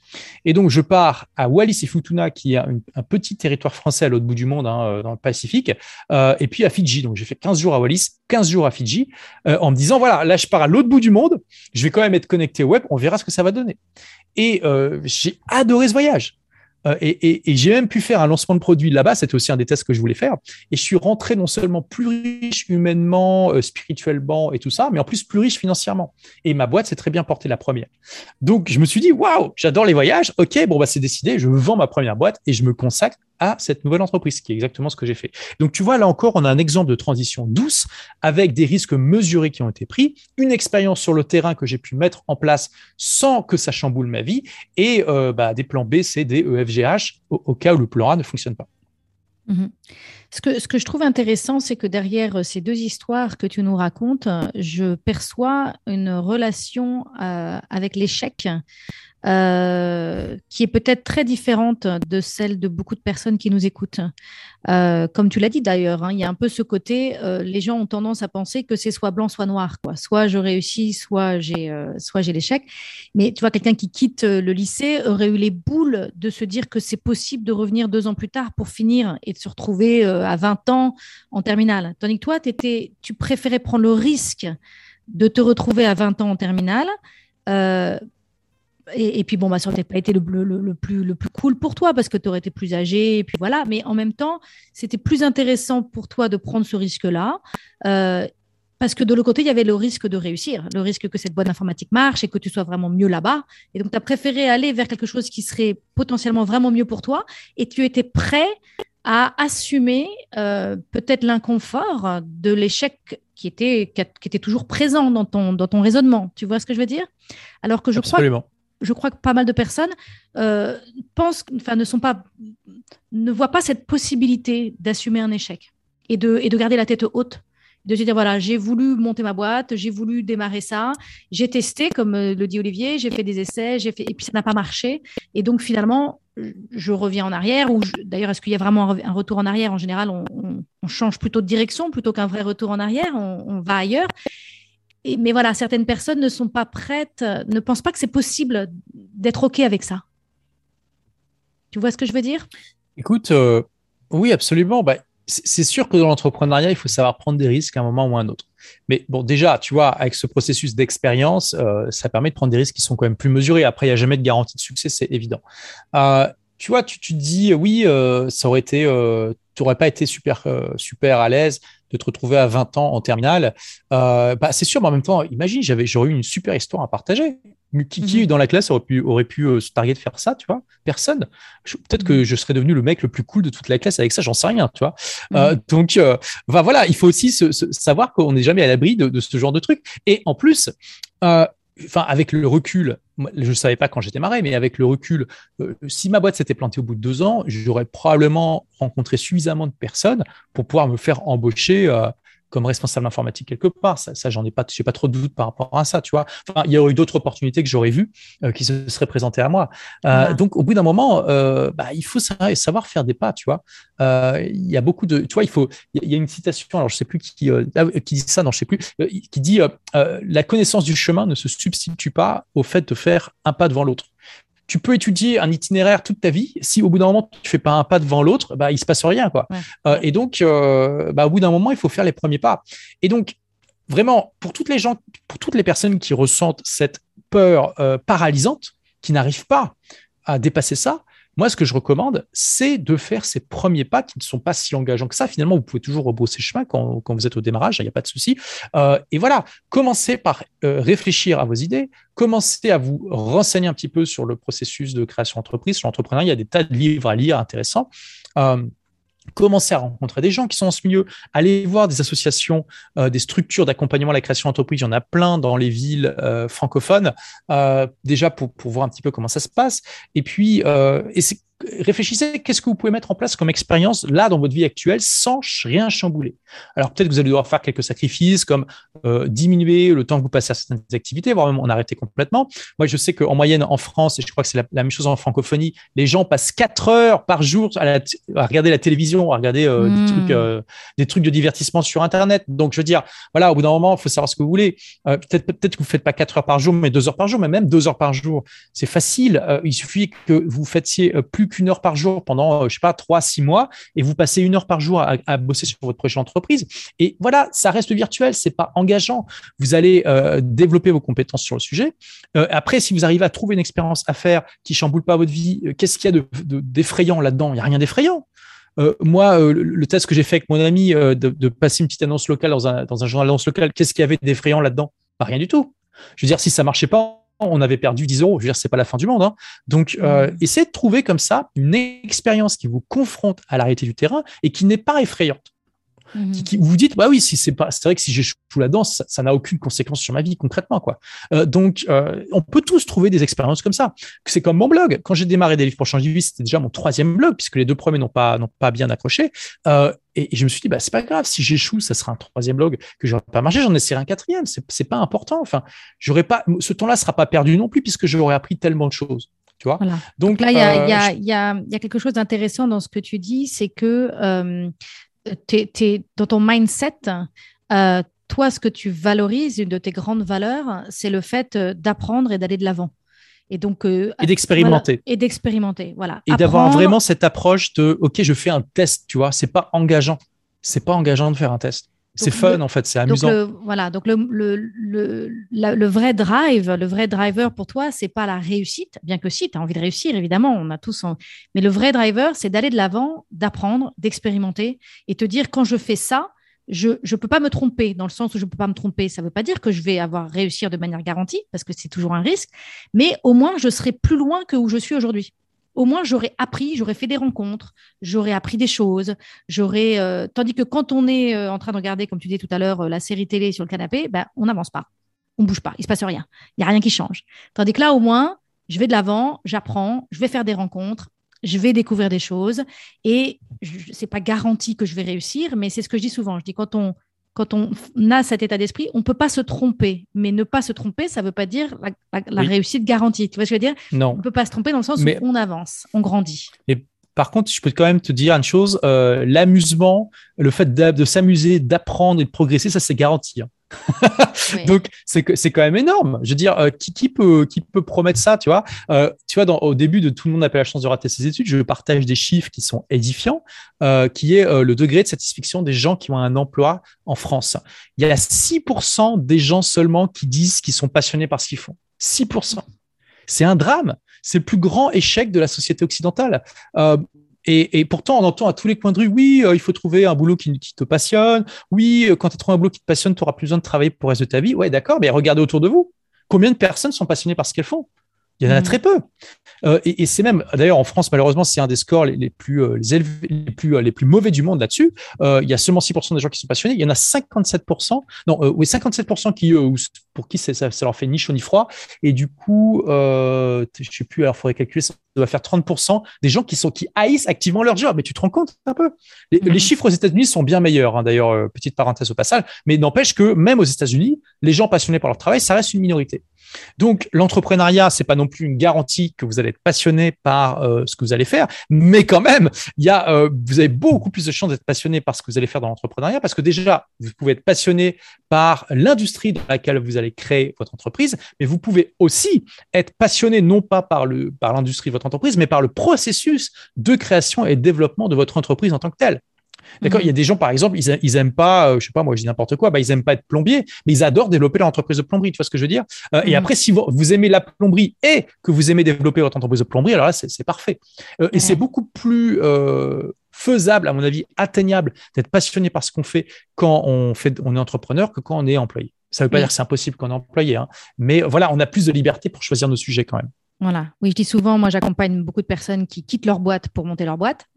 Et donc, je pars à Wallis et Futuna, qui est un, un petit territoire français à l'autre bout du monde, hein, dans le Pacifique, euh, et puis à Fidji. Donc, j'ai fait quinze jours à Wallis, quinze jours à Fidji, euh, en me disant, voilà, là, je pars à l'autre bout du monde, je vais quand même être connecté au web, on verra ce que ça va donner. Et euh, j'ai adoré ce voyage. Euh, et, et, et j'ai même pu faire un lancement de produit là-bas, c'était aussi un des tests que je voulais faire. Et je suis rentré non seulement plus riche humainement, euh, spirituellement et tout ça, mais en plus plus riche financièrement. Et ma boîte s'est très bien portée la première. Donc je me suis dit, waouh, j'adore les voyages. Ok, bon, bah, c'est décidé, je vends ma première boîte et je me consacre à cette nouvelle entreprise, qui est exactement ce que j'ai fait. Donc, tu vois, là encore, on a un exemple de transition douce avec des risques mesurés qui ont été pris, une expérience sur le terrain que j'ai pu mettre en place sans que ça chamboule ma vie et euh, bah, des plans B, C, D, E, F, G, H au, au cas où le plan A ne fonctionne pas. Mmh. Ce que, ce que je trouve intéressant, c'est que derrière ces deux histoires que tu nous racontes, je perçois une relation euh, avec l'échec euh, qui est peut-être très différente de celle de beaucoup de personnes qui nous écoutent. Euh, comme tu l'as dit d'ailleurs, hein, il y a un peu ce côté, euh, les gens ont tendance à penser que c'est soit blanc, soit noir, quoi. Soit je réussis, soit j'ai, euh, soit j'ai l'échec. Mais tu vois, quelqu'un qui quitte le lycée aurait eu les boules de se dire que c'est possible de revenir deux ans plus tard pour finir et de se retrouver euh, à vingt ans en terminale. Tandis que toi, t'étais, tu préférais prendre le risque de te retrouver à vingt ans en terminale. Euh, Et, et puis, bon, bah, ça n'aurait pas été le, le, le, plus, le plus cool pour toi parce que tu aurais été plus âgé. Et puis voilà. Mais en même temps, c'était plus intéressant pour toi de prendre ce risque-là. Euh, parce que de l'autre côté, il y avait le risque de réussir, le risque que cette boîte informatique marche et que tu sois vraiment mieux là-bas. Et donc, tu as préféré aller vers quelque chose qui serait potentiellement vraiment mieux pour toi. Et tu étais prêt à assumer euh, peut-être l'inconfort de l'échec qui était, qui était toujours présent dans ton, dans ton raisonnement. Tu vois ce que je veux dire? Alors que je Absolument. crois je crois que pas mal de personnes euh, pensent, enfin, ne sont pas, ne voient pas cette possibilité d'assumer un échec et de, et de garder la tête haute, de se dire voilà, j'ai voulu monter ma boîte, j'ai voulu démarrer ça, j'ai testé, comme le dit Olivier, j'ai fait des essais, j'ai fait, et puis ça n'a pas marché, et donc finalement, je reviens en arrière. Ou je, d'ailleurs, est-ce qu'il y a vraiment un retour en arrière? En général, on, on, on change plutôt de direction plutôt qu'un vrai retour en arrière, on, on va ailleurs. Et, mais voilà, certaines personnes ne sont pas prêtes, ne pensent pas que c'est possible d'être OK avec ça. Tu vois ce que je veux dire? Écoute, euh, oui, absolument. Bah, c'est sûr que dans l'entrepreneuriat, il faut savoir prendre des risques à un moment ou à un autre. Mais bon, déjà, tu vois, avec ce processus d'expérience, euh, ça permet de prendre des risques qui sont quand même plus mesurés. Après, il n'y a jamais de garantie de succès, c'est évident. Euh, tu vois, tu, tu te dis, oui, euh, ça aurait été, euh, tu n'aurais pas été super, euh, super à l'aise de te retrouver à vingt ans en terminale. Euh, bah, c'est sûr, mais en même temps, imagine, j'avais, j'aurais eu une super histoire à partager. Qui, qui Mhm. dans la classe aurait pu, aurait pu euh, se targuer de faire ça, tu vois? Personne. Je- Peut-être que Mhm. je serais devenu le mec le plus cool de toute la classe avec ça, j'en sais rien, tu vois? Euh, Mhm. donc, euh, enfin, voilà, il faut aussi se, se- savoir qu'on n'est jamais à l'abri de, de ce genre de truc. Et en plus, euh, enfin, avec le recul, moi, je ne savais pas quand j'ai démarré, mais avec le recul, euh, si ma boîte s'était plantée au bout de deux ans, j'aurais probablement rencontré suffisamment de personnes pour pouvoir me faire embaucher euh, comme responsable informatique quelque part. Ça, ça j'en ai pas, j'ai pas trop de doute par rapport à ça, tu vois. Enfin, il y aurait eu d'autres opportunités que j'aurais vues euh, qui se seraient présentées à moi. Euh, Voilà. donc, au bout d'un moment, euh, bah, il faut savoir faire des pas, tu vois. Euh, il y a beaucoup de, tu vois, il faut, il y a une citation, alors je sais plus qui, euh, qui dit ça, non, je sais plus, euh, qui dit euh, euh, la connaissance du chemin ne se substitue pas au fait de faire un pas devant l'autre. Tu peux étudier un itinéraire toute ta vie. Si au bout d'un moment, tu fais pas un pas devant l'autre, bah, il se passe rien, quoi. Ouais. Euh, et donc, euh, bah, au bout d'un moment, il faut faire les premiers pas. Et donc, vraiment, pour toutes les gens, pour toutes les personnes qui ressentent cette peur euh, paralysante, qui n'arrivent pas à dépasser ça, moi, ce que je recommande, c'est de faire ces premiers pas qui ne sont pas si engageants que ça. Finalement, vous pouvez toujours rebrousser chemin quand, quand vous êtes au démarrage, il n'y a pas de souci. Euh, et voilà, commencez par euh, réfléchir à vos idées, commencez à vous renseigner un petit peu sur le processus de création d'entreprise, sur l'entrepreneuriat. Il y a des tas de livres à lire intéressants. Euh, Commencer à rencontrer des gens qui sont dans ce milieu, aller voir des associations, euh, des structures d'accompagnement à la création d'entreprise. Il y en a plein dans les villes euh, francophones, euh, déjà pour, pour voir un petit peu comment ça se passe. Et puis, euh, et c'est réfléchissez, qu'est-ce que vous pouvez mettre en place comme expérience là dans votre vie actuelle sans rien chambouler. Alors peut-être que vous allez devoir faire quelques sacrifices comme euh, diminuer le temps que vous passez à certaines activités, voire même en arrêter complètement. Moi, je sais qu'en moyenne en France, et je crois que c'est la, la même chose en francophonie, les gens passent quatre heures par jour à, la, à regarder la télévision, à regarder euh, mmh. des, trucs, euh, des trucs de divertissement sur Internet. Donc je veux dire, voilà, au bout d'un moment, il faut savoir ce que vous voulez. Euh, peut-être, peut-être que vous ne faites pas quatre heures par jour, mais deux heures par jour, mais même deux heures par jour, c'est facile. Euh, il suffit que vous fassiez plus qu'une heure par jour pendant, euh, je sais pas, trois, six mois, et vous passez une heure par jour à, à bosser sur votre projet d'entreprise. Et voilà, ça reste virtuel, c'est pas engageant. Vous allez euh, développer vos compétences sur le sujet. Euh, après, si vous arrivez à trouver une expérience à faire qui chamboule pas votre vie, euh, qu'est-ce qu'il y a de, de, d'effrayant là-dedans? Il n'y a rien d'effrayant. Euh, moi, euh, le, le test que j'ai fait avec mon ami euh, de, de passer une petite annonce locale dans un, dans un journal d'annonce locale, qu'est-ce qu'il y avait d'effrayant là-dedans? Bah, rien du tout. Je veux dire, si ça marchait pas, on avait perdu dix euros. Je veux dire, c'est pas la fin du monde. Hein. Donc, euh, mmh. essayez de trouver comme ça une expérience qui vous confronte à la réalité du terrain et qui n'est pas effrayante. Mmh. Qui, qui, vous vous dites, bah oui, si c'est pas, c'est vrai que si j'échoue là-dedans, ça, ça n'a aucune conséquence sur ma vie concrètement, quoi. Euh, donc, euh, on peut tous trouver des expériences comme ça. C'est comme mon blog. Quand j'ai démarré des livres pour changer de vie, c'était déjà mon troisième blog puisque les deux premiers n'ont pas n'ont pas bien accroché. Euh, et, et je me suis dit, bah c'est pas grave. Si j'échoue, ça sera un troisième blog que j'aurais pas marché. J'en essaierai un quatrième. C'est c'est pas important. Enfin, j'aurais pas. Ce temps-là sera pas perdu non plus puisque j'aurais appris tellement de choses. Tu vois. Voilà. Donc, Donc là, il euh, y, y, a, je... y, a, y a quelque chose d'intéressant dans ce que tu dis, c'est que euh, T'es, t'es, dans ton mindset, euh, toi, ce que tu valorises, une de tes grandes valeurs, c'est le fait d'apprendre et d'aller de l'avant. Et donc, euh, et d'expérimenter. Voilà, et d'expérimenter, voilà. Et apprendre... d'avoir vraiment cette approche de, OK, je fais un test, tu vois, c'est pas engageant. C'est pas engageant de faire un test. C'est donc fun, le, en fait, c'est amusant. Donc le, voilà, donc le, le, le, la, le vrai drive, le vrai driver pour toi, c'est pas la réussite, bien que si, tu as envie de réussir, évidemment, on a tous... En... Mais le vrai driver, c'est d'aller de l'avant, d'apprendre, d'expérimenter et te dire, quand je fais ça, je ne peux pas me tromper, dans le sens où je ne peux pas me tromper. Ça ne veut pas dire que je vais avoir réussir de manière garantie, parce que c'est toujours un risque, mais au moins, je serai plus loin que où je suis aujourd'hui. Au moins, j'aurais appris, j'aurais fait des rencontres, j'aurais appris des choses, j'aurais. Euh, tandis que quand on est euh, en train de regarder, comme tu disais tout à l'heure, euh, la série télé sur le canapé, ben, on n'avance pas, on ne bouge pas, il ne se passe rien, il n'y a rien qui change. Tandis que là, au moins, je vais de l'avant, j'apprends, je vais faire des rencontres, je vais découvrir des choses et ce n'est pas garanti que je vais réussir, mais c'est ce que je dis souvent. Je dis quand on, quand on a cet état d'esprit, on ne peut pas se tromper. Mais ne pas se tromper, ça ne veut pas dire la, la, la oui. réussite garantie. Tu vois ce que je veux dire? Non. On ne peut pas se tromper dans le sens mais... où on avance, on grandit. Et par contre, je peux quand même te dire une chose, euh, l'amusement, le fait de, de s'amuser, d'apprendre et de progresser, ça c'est garanti. Hein. Oui. Donc c'est c'est quand même énorme. Je veux dire, euh, qui, qui peut qui peut promettre ça, tu vois euh, Tu vois, dans, au début de Tout le monde n'a pas la chance de rater ses études, je partage des chiffres qui sont édifiants, euh, qui est euh, le degré de satisfaction des gens qui ont un emploi en France. Il y a six pour cent des gens seulement qui disent qu'ils sont passionnés par ce qu'ils font. six pour cent. C'est un drame. C'est le plus grand échec de la société occidentale. Euh, Et, et pourtant, on entend à tous les coins de rue, oui, euh, il faut trouver un boulot qui, qui te passionne. Oui, euh, quand tu as trouvé un boulot qui te passionne, tu n'auras plus besoin de travailler pour le reste de ta vie. Ouais, d'accord, mais regardez autour de vous. Combien de personnes sont passionnées par ce qu'elles font? Il y en a mmh. très peu. Euh, et, et c'est même, d'ailleurs, en France, malheureusement, c'est un des scores les, les plus euh, les, élevés, les plus euh, les plus mauvais du monde là-dessus. Euh, il y a seulement six pour cent des gens qui sont passionnés. Il y en a cinquante-sept pour cent, non, euh, oui, cinquante-sept pour cent qui, euh, pour qui ça, ça leur fait ni chaud ni froid. Et du coup, euh, je sais plus, alors il faudrait calculer, ça doit faire trente pour cent des gens qui sont qui haïssent activement leur job. Mais tu te rends compte un peu? Les, mmh. les chiffres aux États-Unis sont bien meilleurs. Hein, d'ailleurs, euh, petite parenthèse au passage. Mais n'empêche que même aux États-Unis, les gens passionnés par leur travail, ça reste une minorité. Donc, l'entrepreneuriat, c'est pas non plus une garantie que vous allez être passionné par euh, ce que vous allez faire, mais quand même, il y a, euh, vous avez beaucoup plus de chances d'être passionné par ce que vous allez faire dans l'entrepreneuriat, parce que déjà, vous pouvez être passionné par l'industrie dans laquelle vous allez créer votre entreprise, mais vous pouvez aussi être passionné non pas par le par l'industrie de votre entreprise, mais par le processus de création et de développement de votre entreprise en tant que telle. D'accord, mmh. il y a des gens, par exemple, ils, ils aiment pas, euh, je sais pas, moi, je dis n'importe quoi, bah, ils aiment pas être plombier, mais ils adorent développer leur entreprise de plomberie. Tu vois ce que je veux dire? euh, mmh. Et après, si vous, vous aimez la plomberie et que vous aimez développer votre entreprise de plomberie, alors là, c'est, c'est parfait. Euh, mmh. Et c'est beaucoup plus euh, faisable, à mon avis, atteignable d'être passionné par ce qu'on fait quand on fait, on est entrepreneur que quand on est employé. Ça veut pas mmh. dire que c'est impossible quand on est employé, hein, mais voilà, on a plus de liberté pour choisir nos sujets quand même. Voilà. Oui, je dis souvent, moi, j'accompagne beaucoup de personnes qui quittent leur boîte pour monter leur boîte.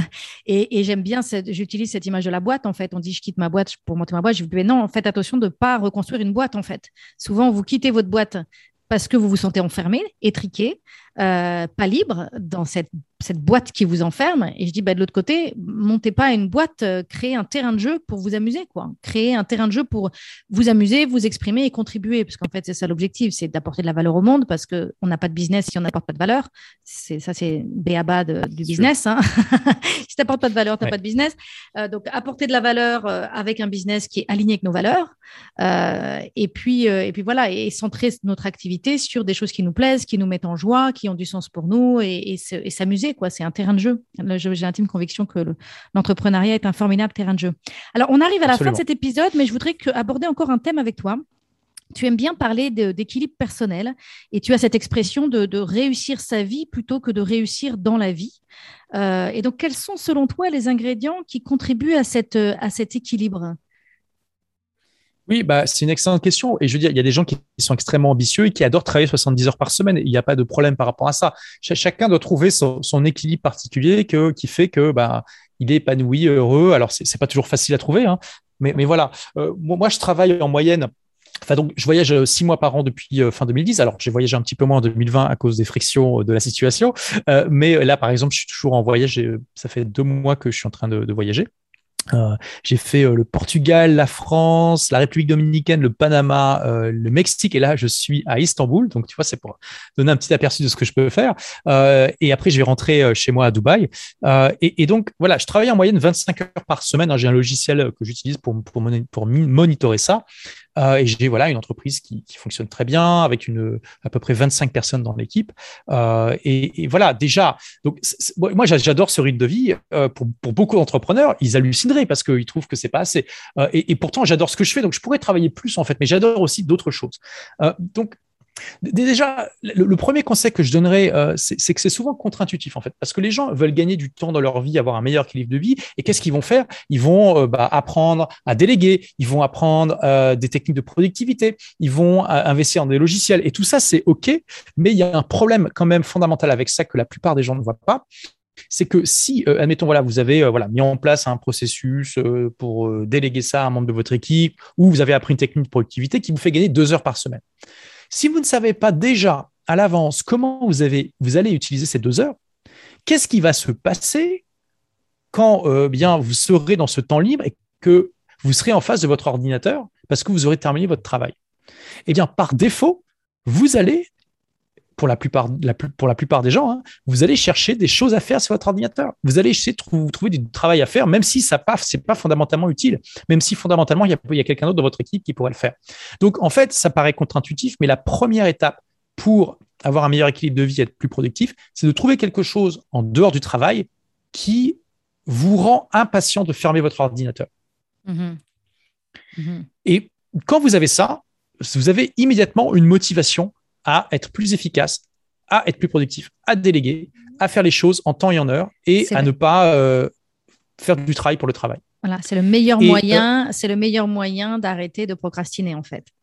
et, et j'aime bien, cette, j'utilise cette image de la boîte, en fait. On dit, je quitte ma boîte pour monter ma boîte. Je dis, mais non, faites attention de ne pas reconstruire une boîte, en fait. Souvent, vous quittez votre boîte parce que vous vous sentez enfermé, étriqué, euh, pas libre dans cette cette boîte qui vous enferme. Et je dis, bah, de l'autre côté, montez pas une boîte, euh, créez un terrain de jeu pour vous amuser, quoi. Créez un terrain de jeu pour vous amuser, vous exprimer et contribuer. Parce qu'en fait, c'est ça l'objectif, c'est d'apporter de la valeur au monde, parce qu'on n'a pas de business si on n'apporte pas de valeur. C'est, ça, c'est B A B A de, du business. Hein. Si tu n'apportes pas de valeur, tu n'as ouais. pas de business. Euh, donc, apporter de la valeur euh, avec un business qui est aligné avec nos valeurs. Euh, et, puis, euh, et puis voilà, et centrer notre activité sur des choses qui nous plaisent, qui nous mettent en joie, qui ont du sens pour nous, et, et, et s'amuser, quoi. C'est un terrain de jeu. J'ai l'intime conviction que le, l'entrepreneuriat est un formidable terrain de jeu. Alors, on arrive à la Absolument. fin de cet épisode, mais je voudrais que, aborder encore un thème avec toi. Tu aimes bien parler de, d'équilibre personnel et tu as cette expression de, de réussir sa vie plutôt que de réussir dans la vie. Euh, et donc, quels sont, selon toi, les ingrédients qui contribuent à, cette, à cet équilibre ? Oui, bah, c'est une excellente question. Et je veux dire, il y a des gens qui sont extrêmement ambitieux et qui adorent travailler soixante-dix heures par semaine. Il n'y a pas de problème par rapport à ça. Ch- chacun doit trouver son, son équilibre particulier que, qui fait que bah, il est épanoui, heureux. Alors, c'est, c'est pas toujours facile à trouver, hein, mais, mais voilà. Euh, moi, je travaille en moyenne. Enfin, donc, je voyage six mois par an depuis euh, fin deux mille dix. Alors, j'ai voyagé un petit peu moins en deux mille vingt à cause des frictions de la situation. Euh, mais là, par exemple, je suis toujours en voyage. Et ça fait deux mois que je suis en train de, de voyager. Euh, j'ai fait euh, le Portugal, la France, la République dominicaine, le Panama, euh, le Mexique, et là je suis à Istanbul. Donc tu vois, c'est pour donner un petit aperçu de ce que je peux faire. Euh, et après, je vais rentrer euh, chez moi à Dubaï. Euh, et, et donc voilà, je travaille en moyenne vingt-cinq heures par semaine. J'ai un logiciel que j'utilise pour pour, moni- pour monitorer ça. Euh, et j'ai voilà une entreprise qui, qui fonctionne très bien avec une à peu près vingt-cinq personnes dans l'équipe. Euh, et, et voilà déjà. Donc c'est, c'est, moi j'adore ce rythme de vie. Euh, pour pour beaucoup d'entrepreneurs, ils hallucineraient parce qu'ils trouvent que c'est pas assez. Euh, et, et pourtant j'adore ce que je fais, donc je pourrais travailler plus en fait. Mais j'adore aussi d'autres choses. Euh, donc Déjà, le, le premier conseil que je donnerais, euh, c'est, c'est que c'est souvent contre-intuitif en fait, parce que les gens veulent gagner du temps dans leur vie, avoir un meilleur équilibre de vie, et qu'est-ce qu'ils vont faire ? Ils vont euh, bah, apprendre à déléguer, ils vont apprendre euh, des techniques de productivité, ils vont euh, investir dans des logiciels, et tout ça c'est ok, mais il y a un problème quand même fondamental avec ça que la plupart des gens ne voient pas. C'est que si, euh, admettons, voilà, vous avez euh, voilà, mis en place un processus euh, pour euh, déléguer ça à un membre de votre équipe, ou vous avez appris une technique de productivité qui vous fait gagner deux heures par semaine. Si vous ne savez pas déjà à l'avance comment vous, avez, vous allez utiliser ces deux heures, qu'est-ce qui va se passer quand euh, bien, vous serez dans ce temps libre et que vous serez en face de votre ordinateur parce que vous aurez terminé votre travail ? Eh bien, par défaut, vous allez, pour la plupart, la, pour la plupart des gens, hein, vous allez chercher des choses à faire sur votre ordinateur. Vous allez essayer de trou- trouver du travail à faire, même si ça pas, c'est pas fondamentalement utile, même si fondamentalement, il y a, il y a quelqu'un d'autre dans votre équipe qui pourrait le faire. Donc, en fait, ça paraît contre-intuitif, mais la première étape pour avoir un meilleur équilibre de vie et être plus productif, c'est de trouver quelque chose en dehors du travail qui vous rend impatient de fermer votre ordinateur. Mmh. Mmh. Et quand vous avez ça, vous avez immédiatement une motivation à être plus efficace, à être plus productif, à déléguer, à faire les choses en temps et en heure et c'est à vrai. ne pas euh, faire du travail pour le travail. Voilà, c'est le meilleur et, moyen, euh, c'est le meilleur moyen d'arrêter de procrastiner en fait.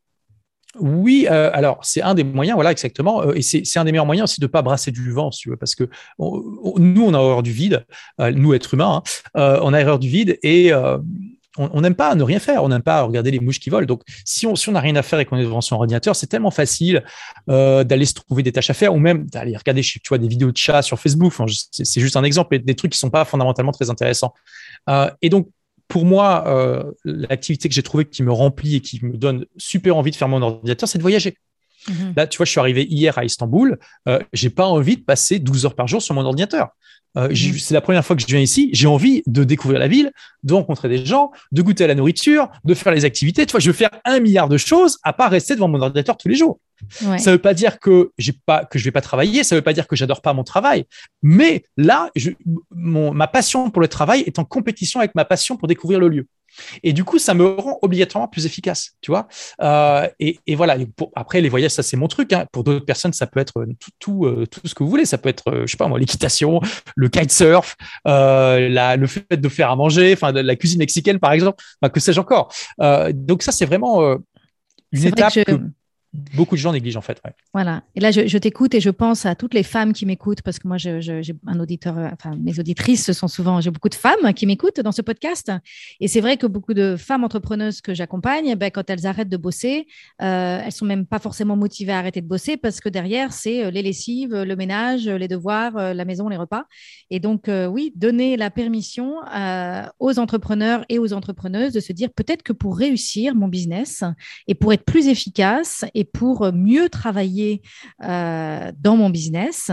Oui, euh, alors c'est un des moyens, voilà exactement, euh, et c'est, c'est un des meilleurs moyens aussi de ne pas brasser du vent, si tu veux, parce que on, on, nous on a horreur du vide, euh, nous êtres humains, hein, euh, on a horreur du vide et euh, on n'aime pas ne rien faire, on n'aime pas regarder les mouches qui volent. Donc, si on si on n'a rien à faire et qu'on est devant son ordinateur, c'est tellement facile euh, d'aller se trouver des tâches à faire ou même d'aller regarder, tu vois, des vidéos de chats sur Facebook. Enfin, c'est, c'est juste un exemple, des trucs qui sont pas fondamentalement très intéressants. Euh, et donc, pour moi, euh, l'activité que j'ai trouvée qui me remplit et qui me donne super envie de faire mon ordinateur, c'est de voyager. Mmh. Là, tu vois, je suis arrivé hier à Istanbul. Euh, j'ai pas envie de passer douze heures par jour sur mon ordinateur. Euh, mmh. C'est la première fois que je viens ici. J'ai envie de découvrir la ville, de rencontrer des gens, de goûter à la nourriture, de faire les activités. Tu vois, je veux faire un milliard de choses à pas rester devant mon ordinateur tous les jours. Ouais. Ça veut pas dire que j'ai pas que je vais pas travailler. Ça veut pas dire que j'adore pas mon travail. Mais là, je, mon, ma passion pour le travail est en compétition avec ma passion pour découvrir le lieu. Et du coup, ça me rend obligatoirement plus efficace, tu vois. Euh, et, et voilà. Pour, après, les voyages, ça c'est mon truc. Hein. Pour d'autres personnes, ça peut être tout, tout, euh, tout ce que vous voulez. Ça peut être, euh, je sais pas moi, l'équitation, le kitesurf, euh, la, le fait de faire à manger, enfin la cuisine mexicaine par exemple. Enfin, que sais-je encore. Euh, donc ça, c'est vraiment euh, une c'est étape que, je... que beaucoup de gens négligent en fait. Ouais. Voilà. Et là, je, je t'écoute et je pense à toutes les femmes qui m'écoutent parce que moi, je, je, j'ai un auditeur, enfin, mes auditrices, ce sont souvent, j'ai beaucoup de femmes qui m'écoutent dans ce podcast. Et c'est vrai que beaucoup de femmes entrepreneuses que j'accompagne, ben, quand elles arrêtent de bosser, euh, elles sont même pas forcément motivées à arrêter de bosser parce que derrière, c'est les lessives, le ménage, les devoirs, la maison, les repas. Et donc, euh, oui, donner la permission euh, aux entrepreneurs et aux entrepreneuses de se dire peut-être que pour réussir mon business et pour être plus efficace et pour mieux travailler euh, dans mon business,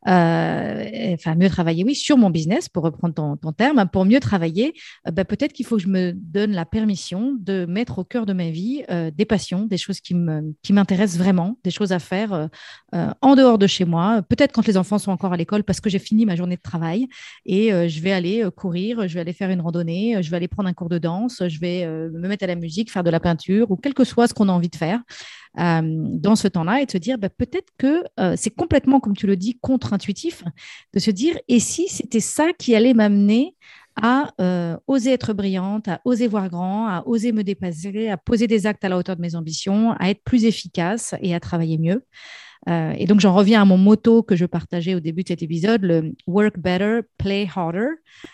euh, enfin mieux travailler, oui, sur mon business, pour reprendre ton, ton terme, pour mieux travailler, euh, ben, peut-être qu'il faut que je me donne la permission de mettre au cœur de ma vie euh, des passions, des choses qui, me, qui m'intéressent vraiment, des choses à faire euh, euh, en dehors de chez moi, peut-être quand les enfants sont encore à l'école parce que j'ai fini ma journée de travail et euh, je vais aller euh, courir, je vais aller faire une randonnée, je vais aller prendre un cours de danse, je vais euh, me mettre à la musique, faire de la peinture ou quel que soit ce qu'on a envie de faire. Euh, dans ce temps-là et de se dire bah, peut-être que euh, c'est complètement, comme tu le dis, contre-intuitif de se dire et si c'était ça qui allait m'amener à euh, oser être brillante, à oser voir grand, à oser me dépasser, à poser des actes à la hauteur de mes ambitions, à être plus efficace et à travailler mieux. Euh, et donc, j'en reviens à mon motto que je partageais au début de cet épisode, le « work better, play harder euh, ».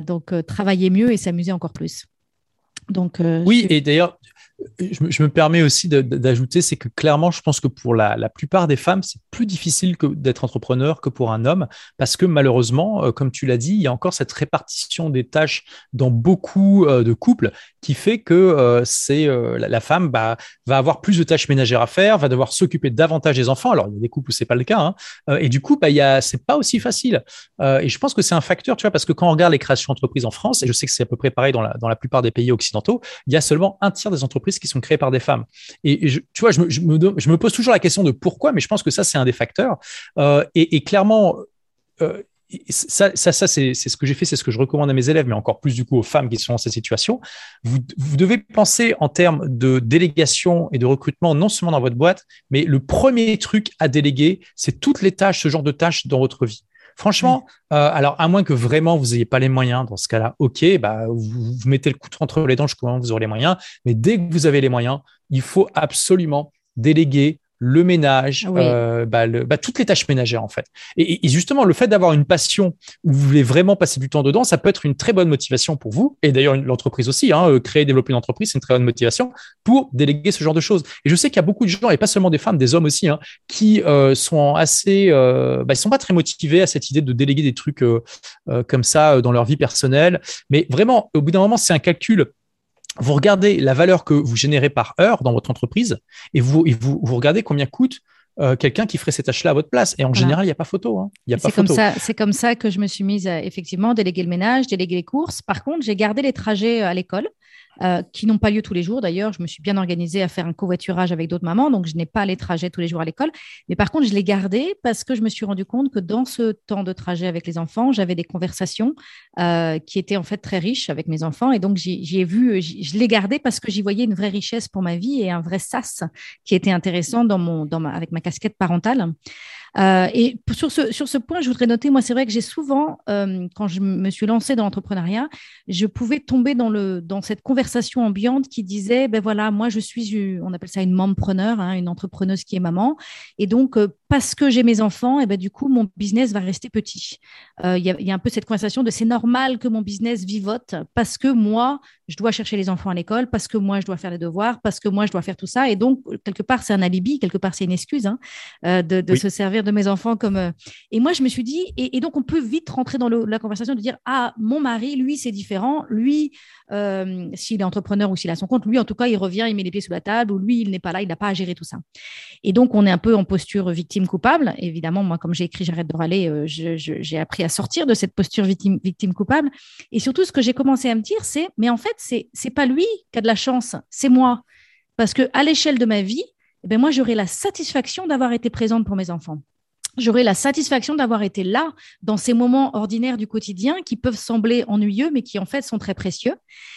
Donc, euh, travailler mieux et s'amuser encore plus. Donc, euh, oui, je... et d'ailleurs, je me, je me permets aussi de, de, d'ajouter, c'est que clairement, je pense que pour la, la plupart des femmes, c'est plus difficile que d'être entrepreneur que pour un homme, parce que malheureusement, euh, comme tu l'as dit, il y a encore cette répartition des tâches dans beaucoup euh, de couples qui fait que euh, c'est, euh, la, la femme bah, va avoir plus de tâches ménagères à faire, va devoir s'occuper davantage des enfants. Alors, il y a des couples où c'est pas le cas, hein, euh, et du coup, bah, il y a, c'est pas aussi facile. Euh, et je pense que c'est un facteur, tu vois, parce que quand on regarde les créations d'entreprises en France, et je sais que c'est à peu près pareil dans la, dans la plupart des pays occidentaux, il y a seulement un tiers des entreprises qui sont créées par des femmes. Et, et je, tu vois, je me, je, me, je me pose toujours la question de pourquoi, mais je pense que ça, c'est un des facteurs. Euh, et, et clairement, euh, ça, ça, ça c'est, c'est ce que j'ai fait, c'est ce que je recommande à mes élèves, mais encore plus du coup aux femmes qui sont dans cette situation. Vous, vous devez penser en termes de délégation et de recrutement, non seulement dans votre boîte, mais le premier truc à déléguer, c'est toutes les tâches, ce genre de tâches dans votre vie. Franchement, euh, alors à moins que vraiment vous n'ayez pas les moyens, dans ce cas-là, ok, bah, vous, vous mettez le couteau entre les dents jusqu'au moment où vous aurez les moyens. Mais dès que vous avez les moyens, il faut absolument déléguer le ménage, oui. euh, bah, le, bah, toutes les tâches ménagères en fait. Et, et justement, le fait d'avoir une passion où vous voulez vraiment passer du temps dedans, ça peut être une très bonne motivation pour vous. Et d'ailleurs, l'entreprise aussi, hein, créer, développer une entreprise, c'est une très bonne motivation pour déléguer ce genre de choses. Et je sais qu'il y a beaucoup de gens, et pas seulement des femmes, des hommes aussi, hein, qui euh, sont assez, euh, bah, ils sont pas très motivés à cette idée de déléguer des trucs euh, euh, comme ça euh, dans leur vie personnelle. Mais vraiment, au bout d'un moment, c'est un calcul. Vous regardez la valeur que vous générez par heure dans votre entreprise et vous, et vous, vous regardez combien coûte euh, quelqu'un qui ferait ces tâches-là à votre place. Et en voilà. général, il n'y a pas photo. Hein. Y a c'est, pas comme photo. Ça, c'est comme ça que je me suis mise à effectivement déléguer le ménage, déléguer les courses. Par contre, j'ai gardé les trajets à l'école. Euh, qui n'ont pas lieu tous les jours. D'ailleurs, je me suis bien organisée à faire un covoiturage avec d'autres mamans, donc je n'ai pas les trajets tous les jours à l'école. Mais par contre, je l'ai gardé parce que je me suis rendu compte que dans ce temps de trajet avec les enfants, j'avais des conversations euh, qui étaient en fait très riches avec mes enfants. Et donc, j'y, j'y ai vu, j'y, je l'ai gardé parce que j'y voyais une vraie richesse pour ma vie et un vrai sas qui était intéressant dans mon, dans ma, avec ma casquette parentale. Euh, et sur ce, sur ce point, je voudrais noter, moi, c'est vrai que j'ai souvent, euh, quand je me suis lancée dans l'entrepreneuriat, je pouvais tomber dans, le, dans cette conversation ambiante qui disait, ben voilà, moi, je suis, on appelle ça une mompreneur, hein, une entrepreneuse qui est maman. Et donc, euh, parce que j'ai mes enfants, et ben, du coup, mon business va rester petit. Il euh, y, y a un peu cette conversation de c'est normal que mon business vivote parce que moi, je dois chercher les enfants à l'école, parce que moi, je dois faire les devoirs, parce que moi, je dois faire tout ça. Et donc, quelque part, c'est un alibi, quelque part, c'est une excuse hein, euh, de, de oui. se servir de mes enfants comme… Euh... Et moi, je me suis dit… Et, et donc, on peut vite rentrer dans le, la conversation de dire « Ah, mon mari, lui, c'est différent. Lui, euh, s'il est entrepreneur ou s'il a son compte, lui, en tout cas, il revient, il met les pieds sous la table ou lui, il n'est pas là, il n'a pas à gérer tout ça. » Et donc, on est un peu en posture victime coupable. Évidemment, moi, comme j'ai écrit « J'arrête de râler euh, », je, je, j'ai appris à sortir de cette posture victime, victime coupable. Et surtout, ce que j'ai commencé à me dire, c'est « Mais en fait, c'est, c'est pas lui qui a de la chance, c'est moi. » Parce qu'à l'échelle de ma vie, eh bien, moi, j'aurai la satisfaction d'avoir été présente pour mes enfants. J'aurai la satisfaction d'avoir été là dans ces moments ordinaires du quotidien qui peuvent sembler ennuyeux, mais qui en fait sont très précieux.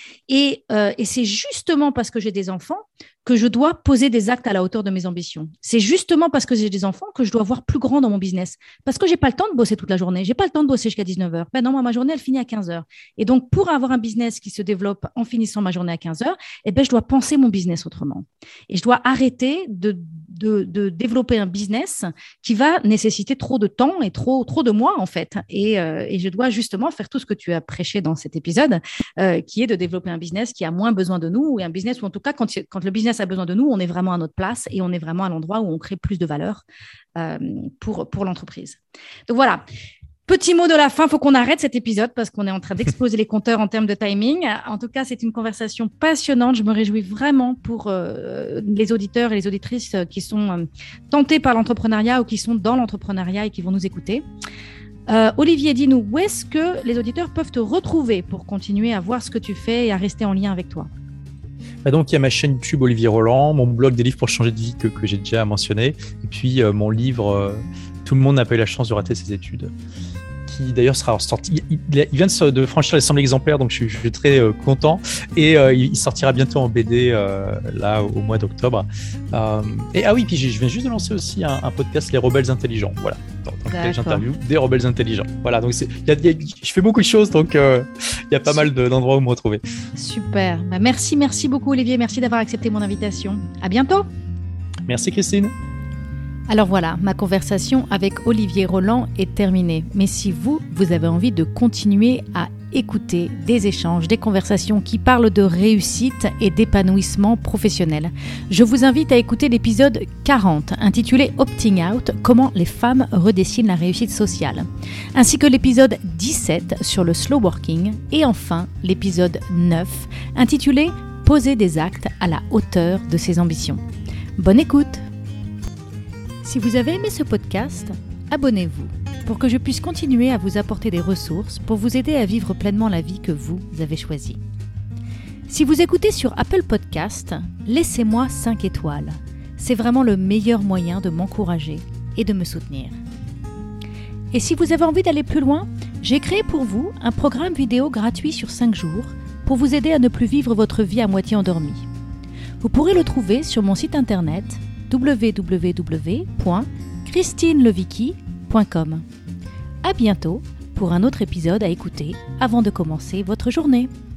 Et, euh, et c'est justement parce que j'ai des enfants que je dois poser des actes à la hauteur de mes ambitions. C'est justement parce que j'ai des enfants que je dois voir plus grand dans mon business. Parce que j'ai pas le temps de bosser toute la journée. J'ai pas le temps de bosser jusqu'à dix-neuf heures. Ben non, moi, ma journée, elle finit à quinze heures. Et donc, pour avoir un business qui se développe en finissant ma journée à quinze heures, eh ben, je dois penser mon business autrement. Et je dois arrêter de, de, de développer un business qui va nécessiter trop de temps et trop, trop de mois, en fait. Et, euh, et je dois justement faire tout ce que tu as prêché dans cet épisode, euh, qui est de développer un business qui a moins besoin de nous, ou un business où, en tout cas, quand, quand le business a besoin de nous, on est vraiment à notre place et on est vraiment à l'endroit où on crée plus de valeur euh, pour, pour l'entreprise. Donc, voilà. Petit mot de la fin, il faut qu'on arrête cet épisode parce qu'on est en train d'exploser les compteurs en termes de timing. En tout cas, c'est une conversation passionnante. Je me réjouis vraiment pour euh, les auditeurs et les auditrices qui sont euh, tentés par l'entrepreneuriat ou qui sont dans l'entrepreneuriat et qui vont nous écouter. Euh, Olivier, dis-nous, où est-ce que les auditeurs peuvent te retrouver pour continuer à voir ce que tu fais et à rester en lien avec toi ? Bah donc, il y a ma chaîne YouTube Olivier Roland, mon blog des livres pour changer de vie que, que j'ai déjà mentionné, et puis euh, mon livre euh, Tout le monde n'a pas eu la chance de rater ses études, qui d'ailleurs sera sorti. Il, il, il vient de, de franchir les cent exemplaires, donc je suis, je suis très euh, content. Et euh, il sortira bientôt en B D euh, là au mois d'octobre. Euh, et ah oui, puis je viens juste de lancer aussi un, un podcast, Les Rebelles Intelligents. Voilà, dans, dans lequel j'interviewe des rebelles intelligents. Voilà, donc c'est, y a, y a, je fais beaucoup de choses, donc euh, il y a pas mal de, d'endroits où me retrouver. Super. Bah, merci, merci beaucoup Olivier. Merci d'avoir accepté mon invitation. À bientôt. Merci Christine. Alors voilà, ma conversation avec Olivier Roland est terminée. Mais si vous, vous avez envie de continuer à écouter des échanges, des conversations qui parlent de réussite et d'épanouissement professionnel, je vous invite à écouter l'épisode quarante, intitulé Opting Out, comment les femmes redessinent la réussite sociale, ainsi que l'épisode dix-sept sur le slow working, et enfin l'épisode neuf, intitulé Poser des actes à la hauteur de ses ambitions. Bonne écoute! Si vous avez aimé ce podcast, abonnez-vous pour que je puisse continuer à vous apporter des ressources pour vous aider à vivre pleinement la vie que vous avez choisie. Si vous écoutez sur Apple Podcast, laissez-moi cinq étoiles. C'est vraiment le meilleur moyen de m'encourager et de me soutenir. Et si vous avez envie d'aller plus loin, j'ai créé pour vous un programme vidéo gratuit sur cinq jours pour vous aider à ne plus vivre votre vie à moitié endormie. Vous pourrez le trouver sur mon site internet w w w point christine levicki point com. À bientôt pour un autre épisode à écouter avant de commencer votre journée.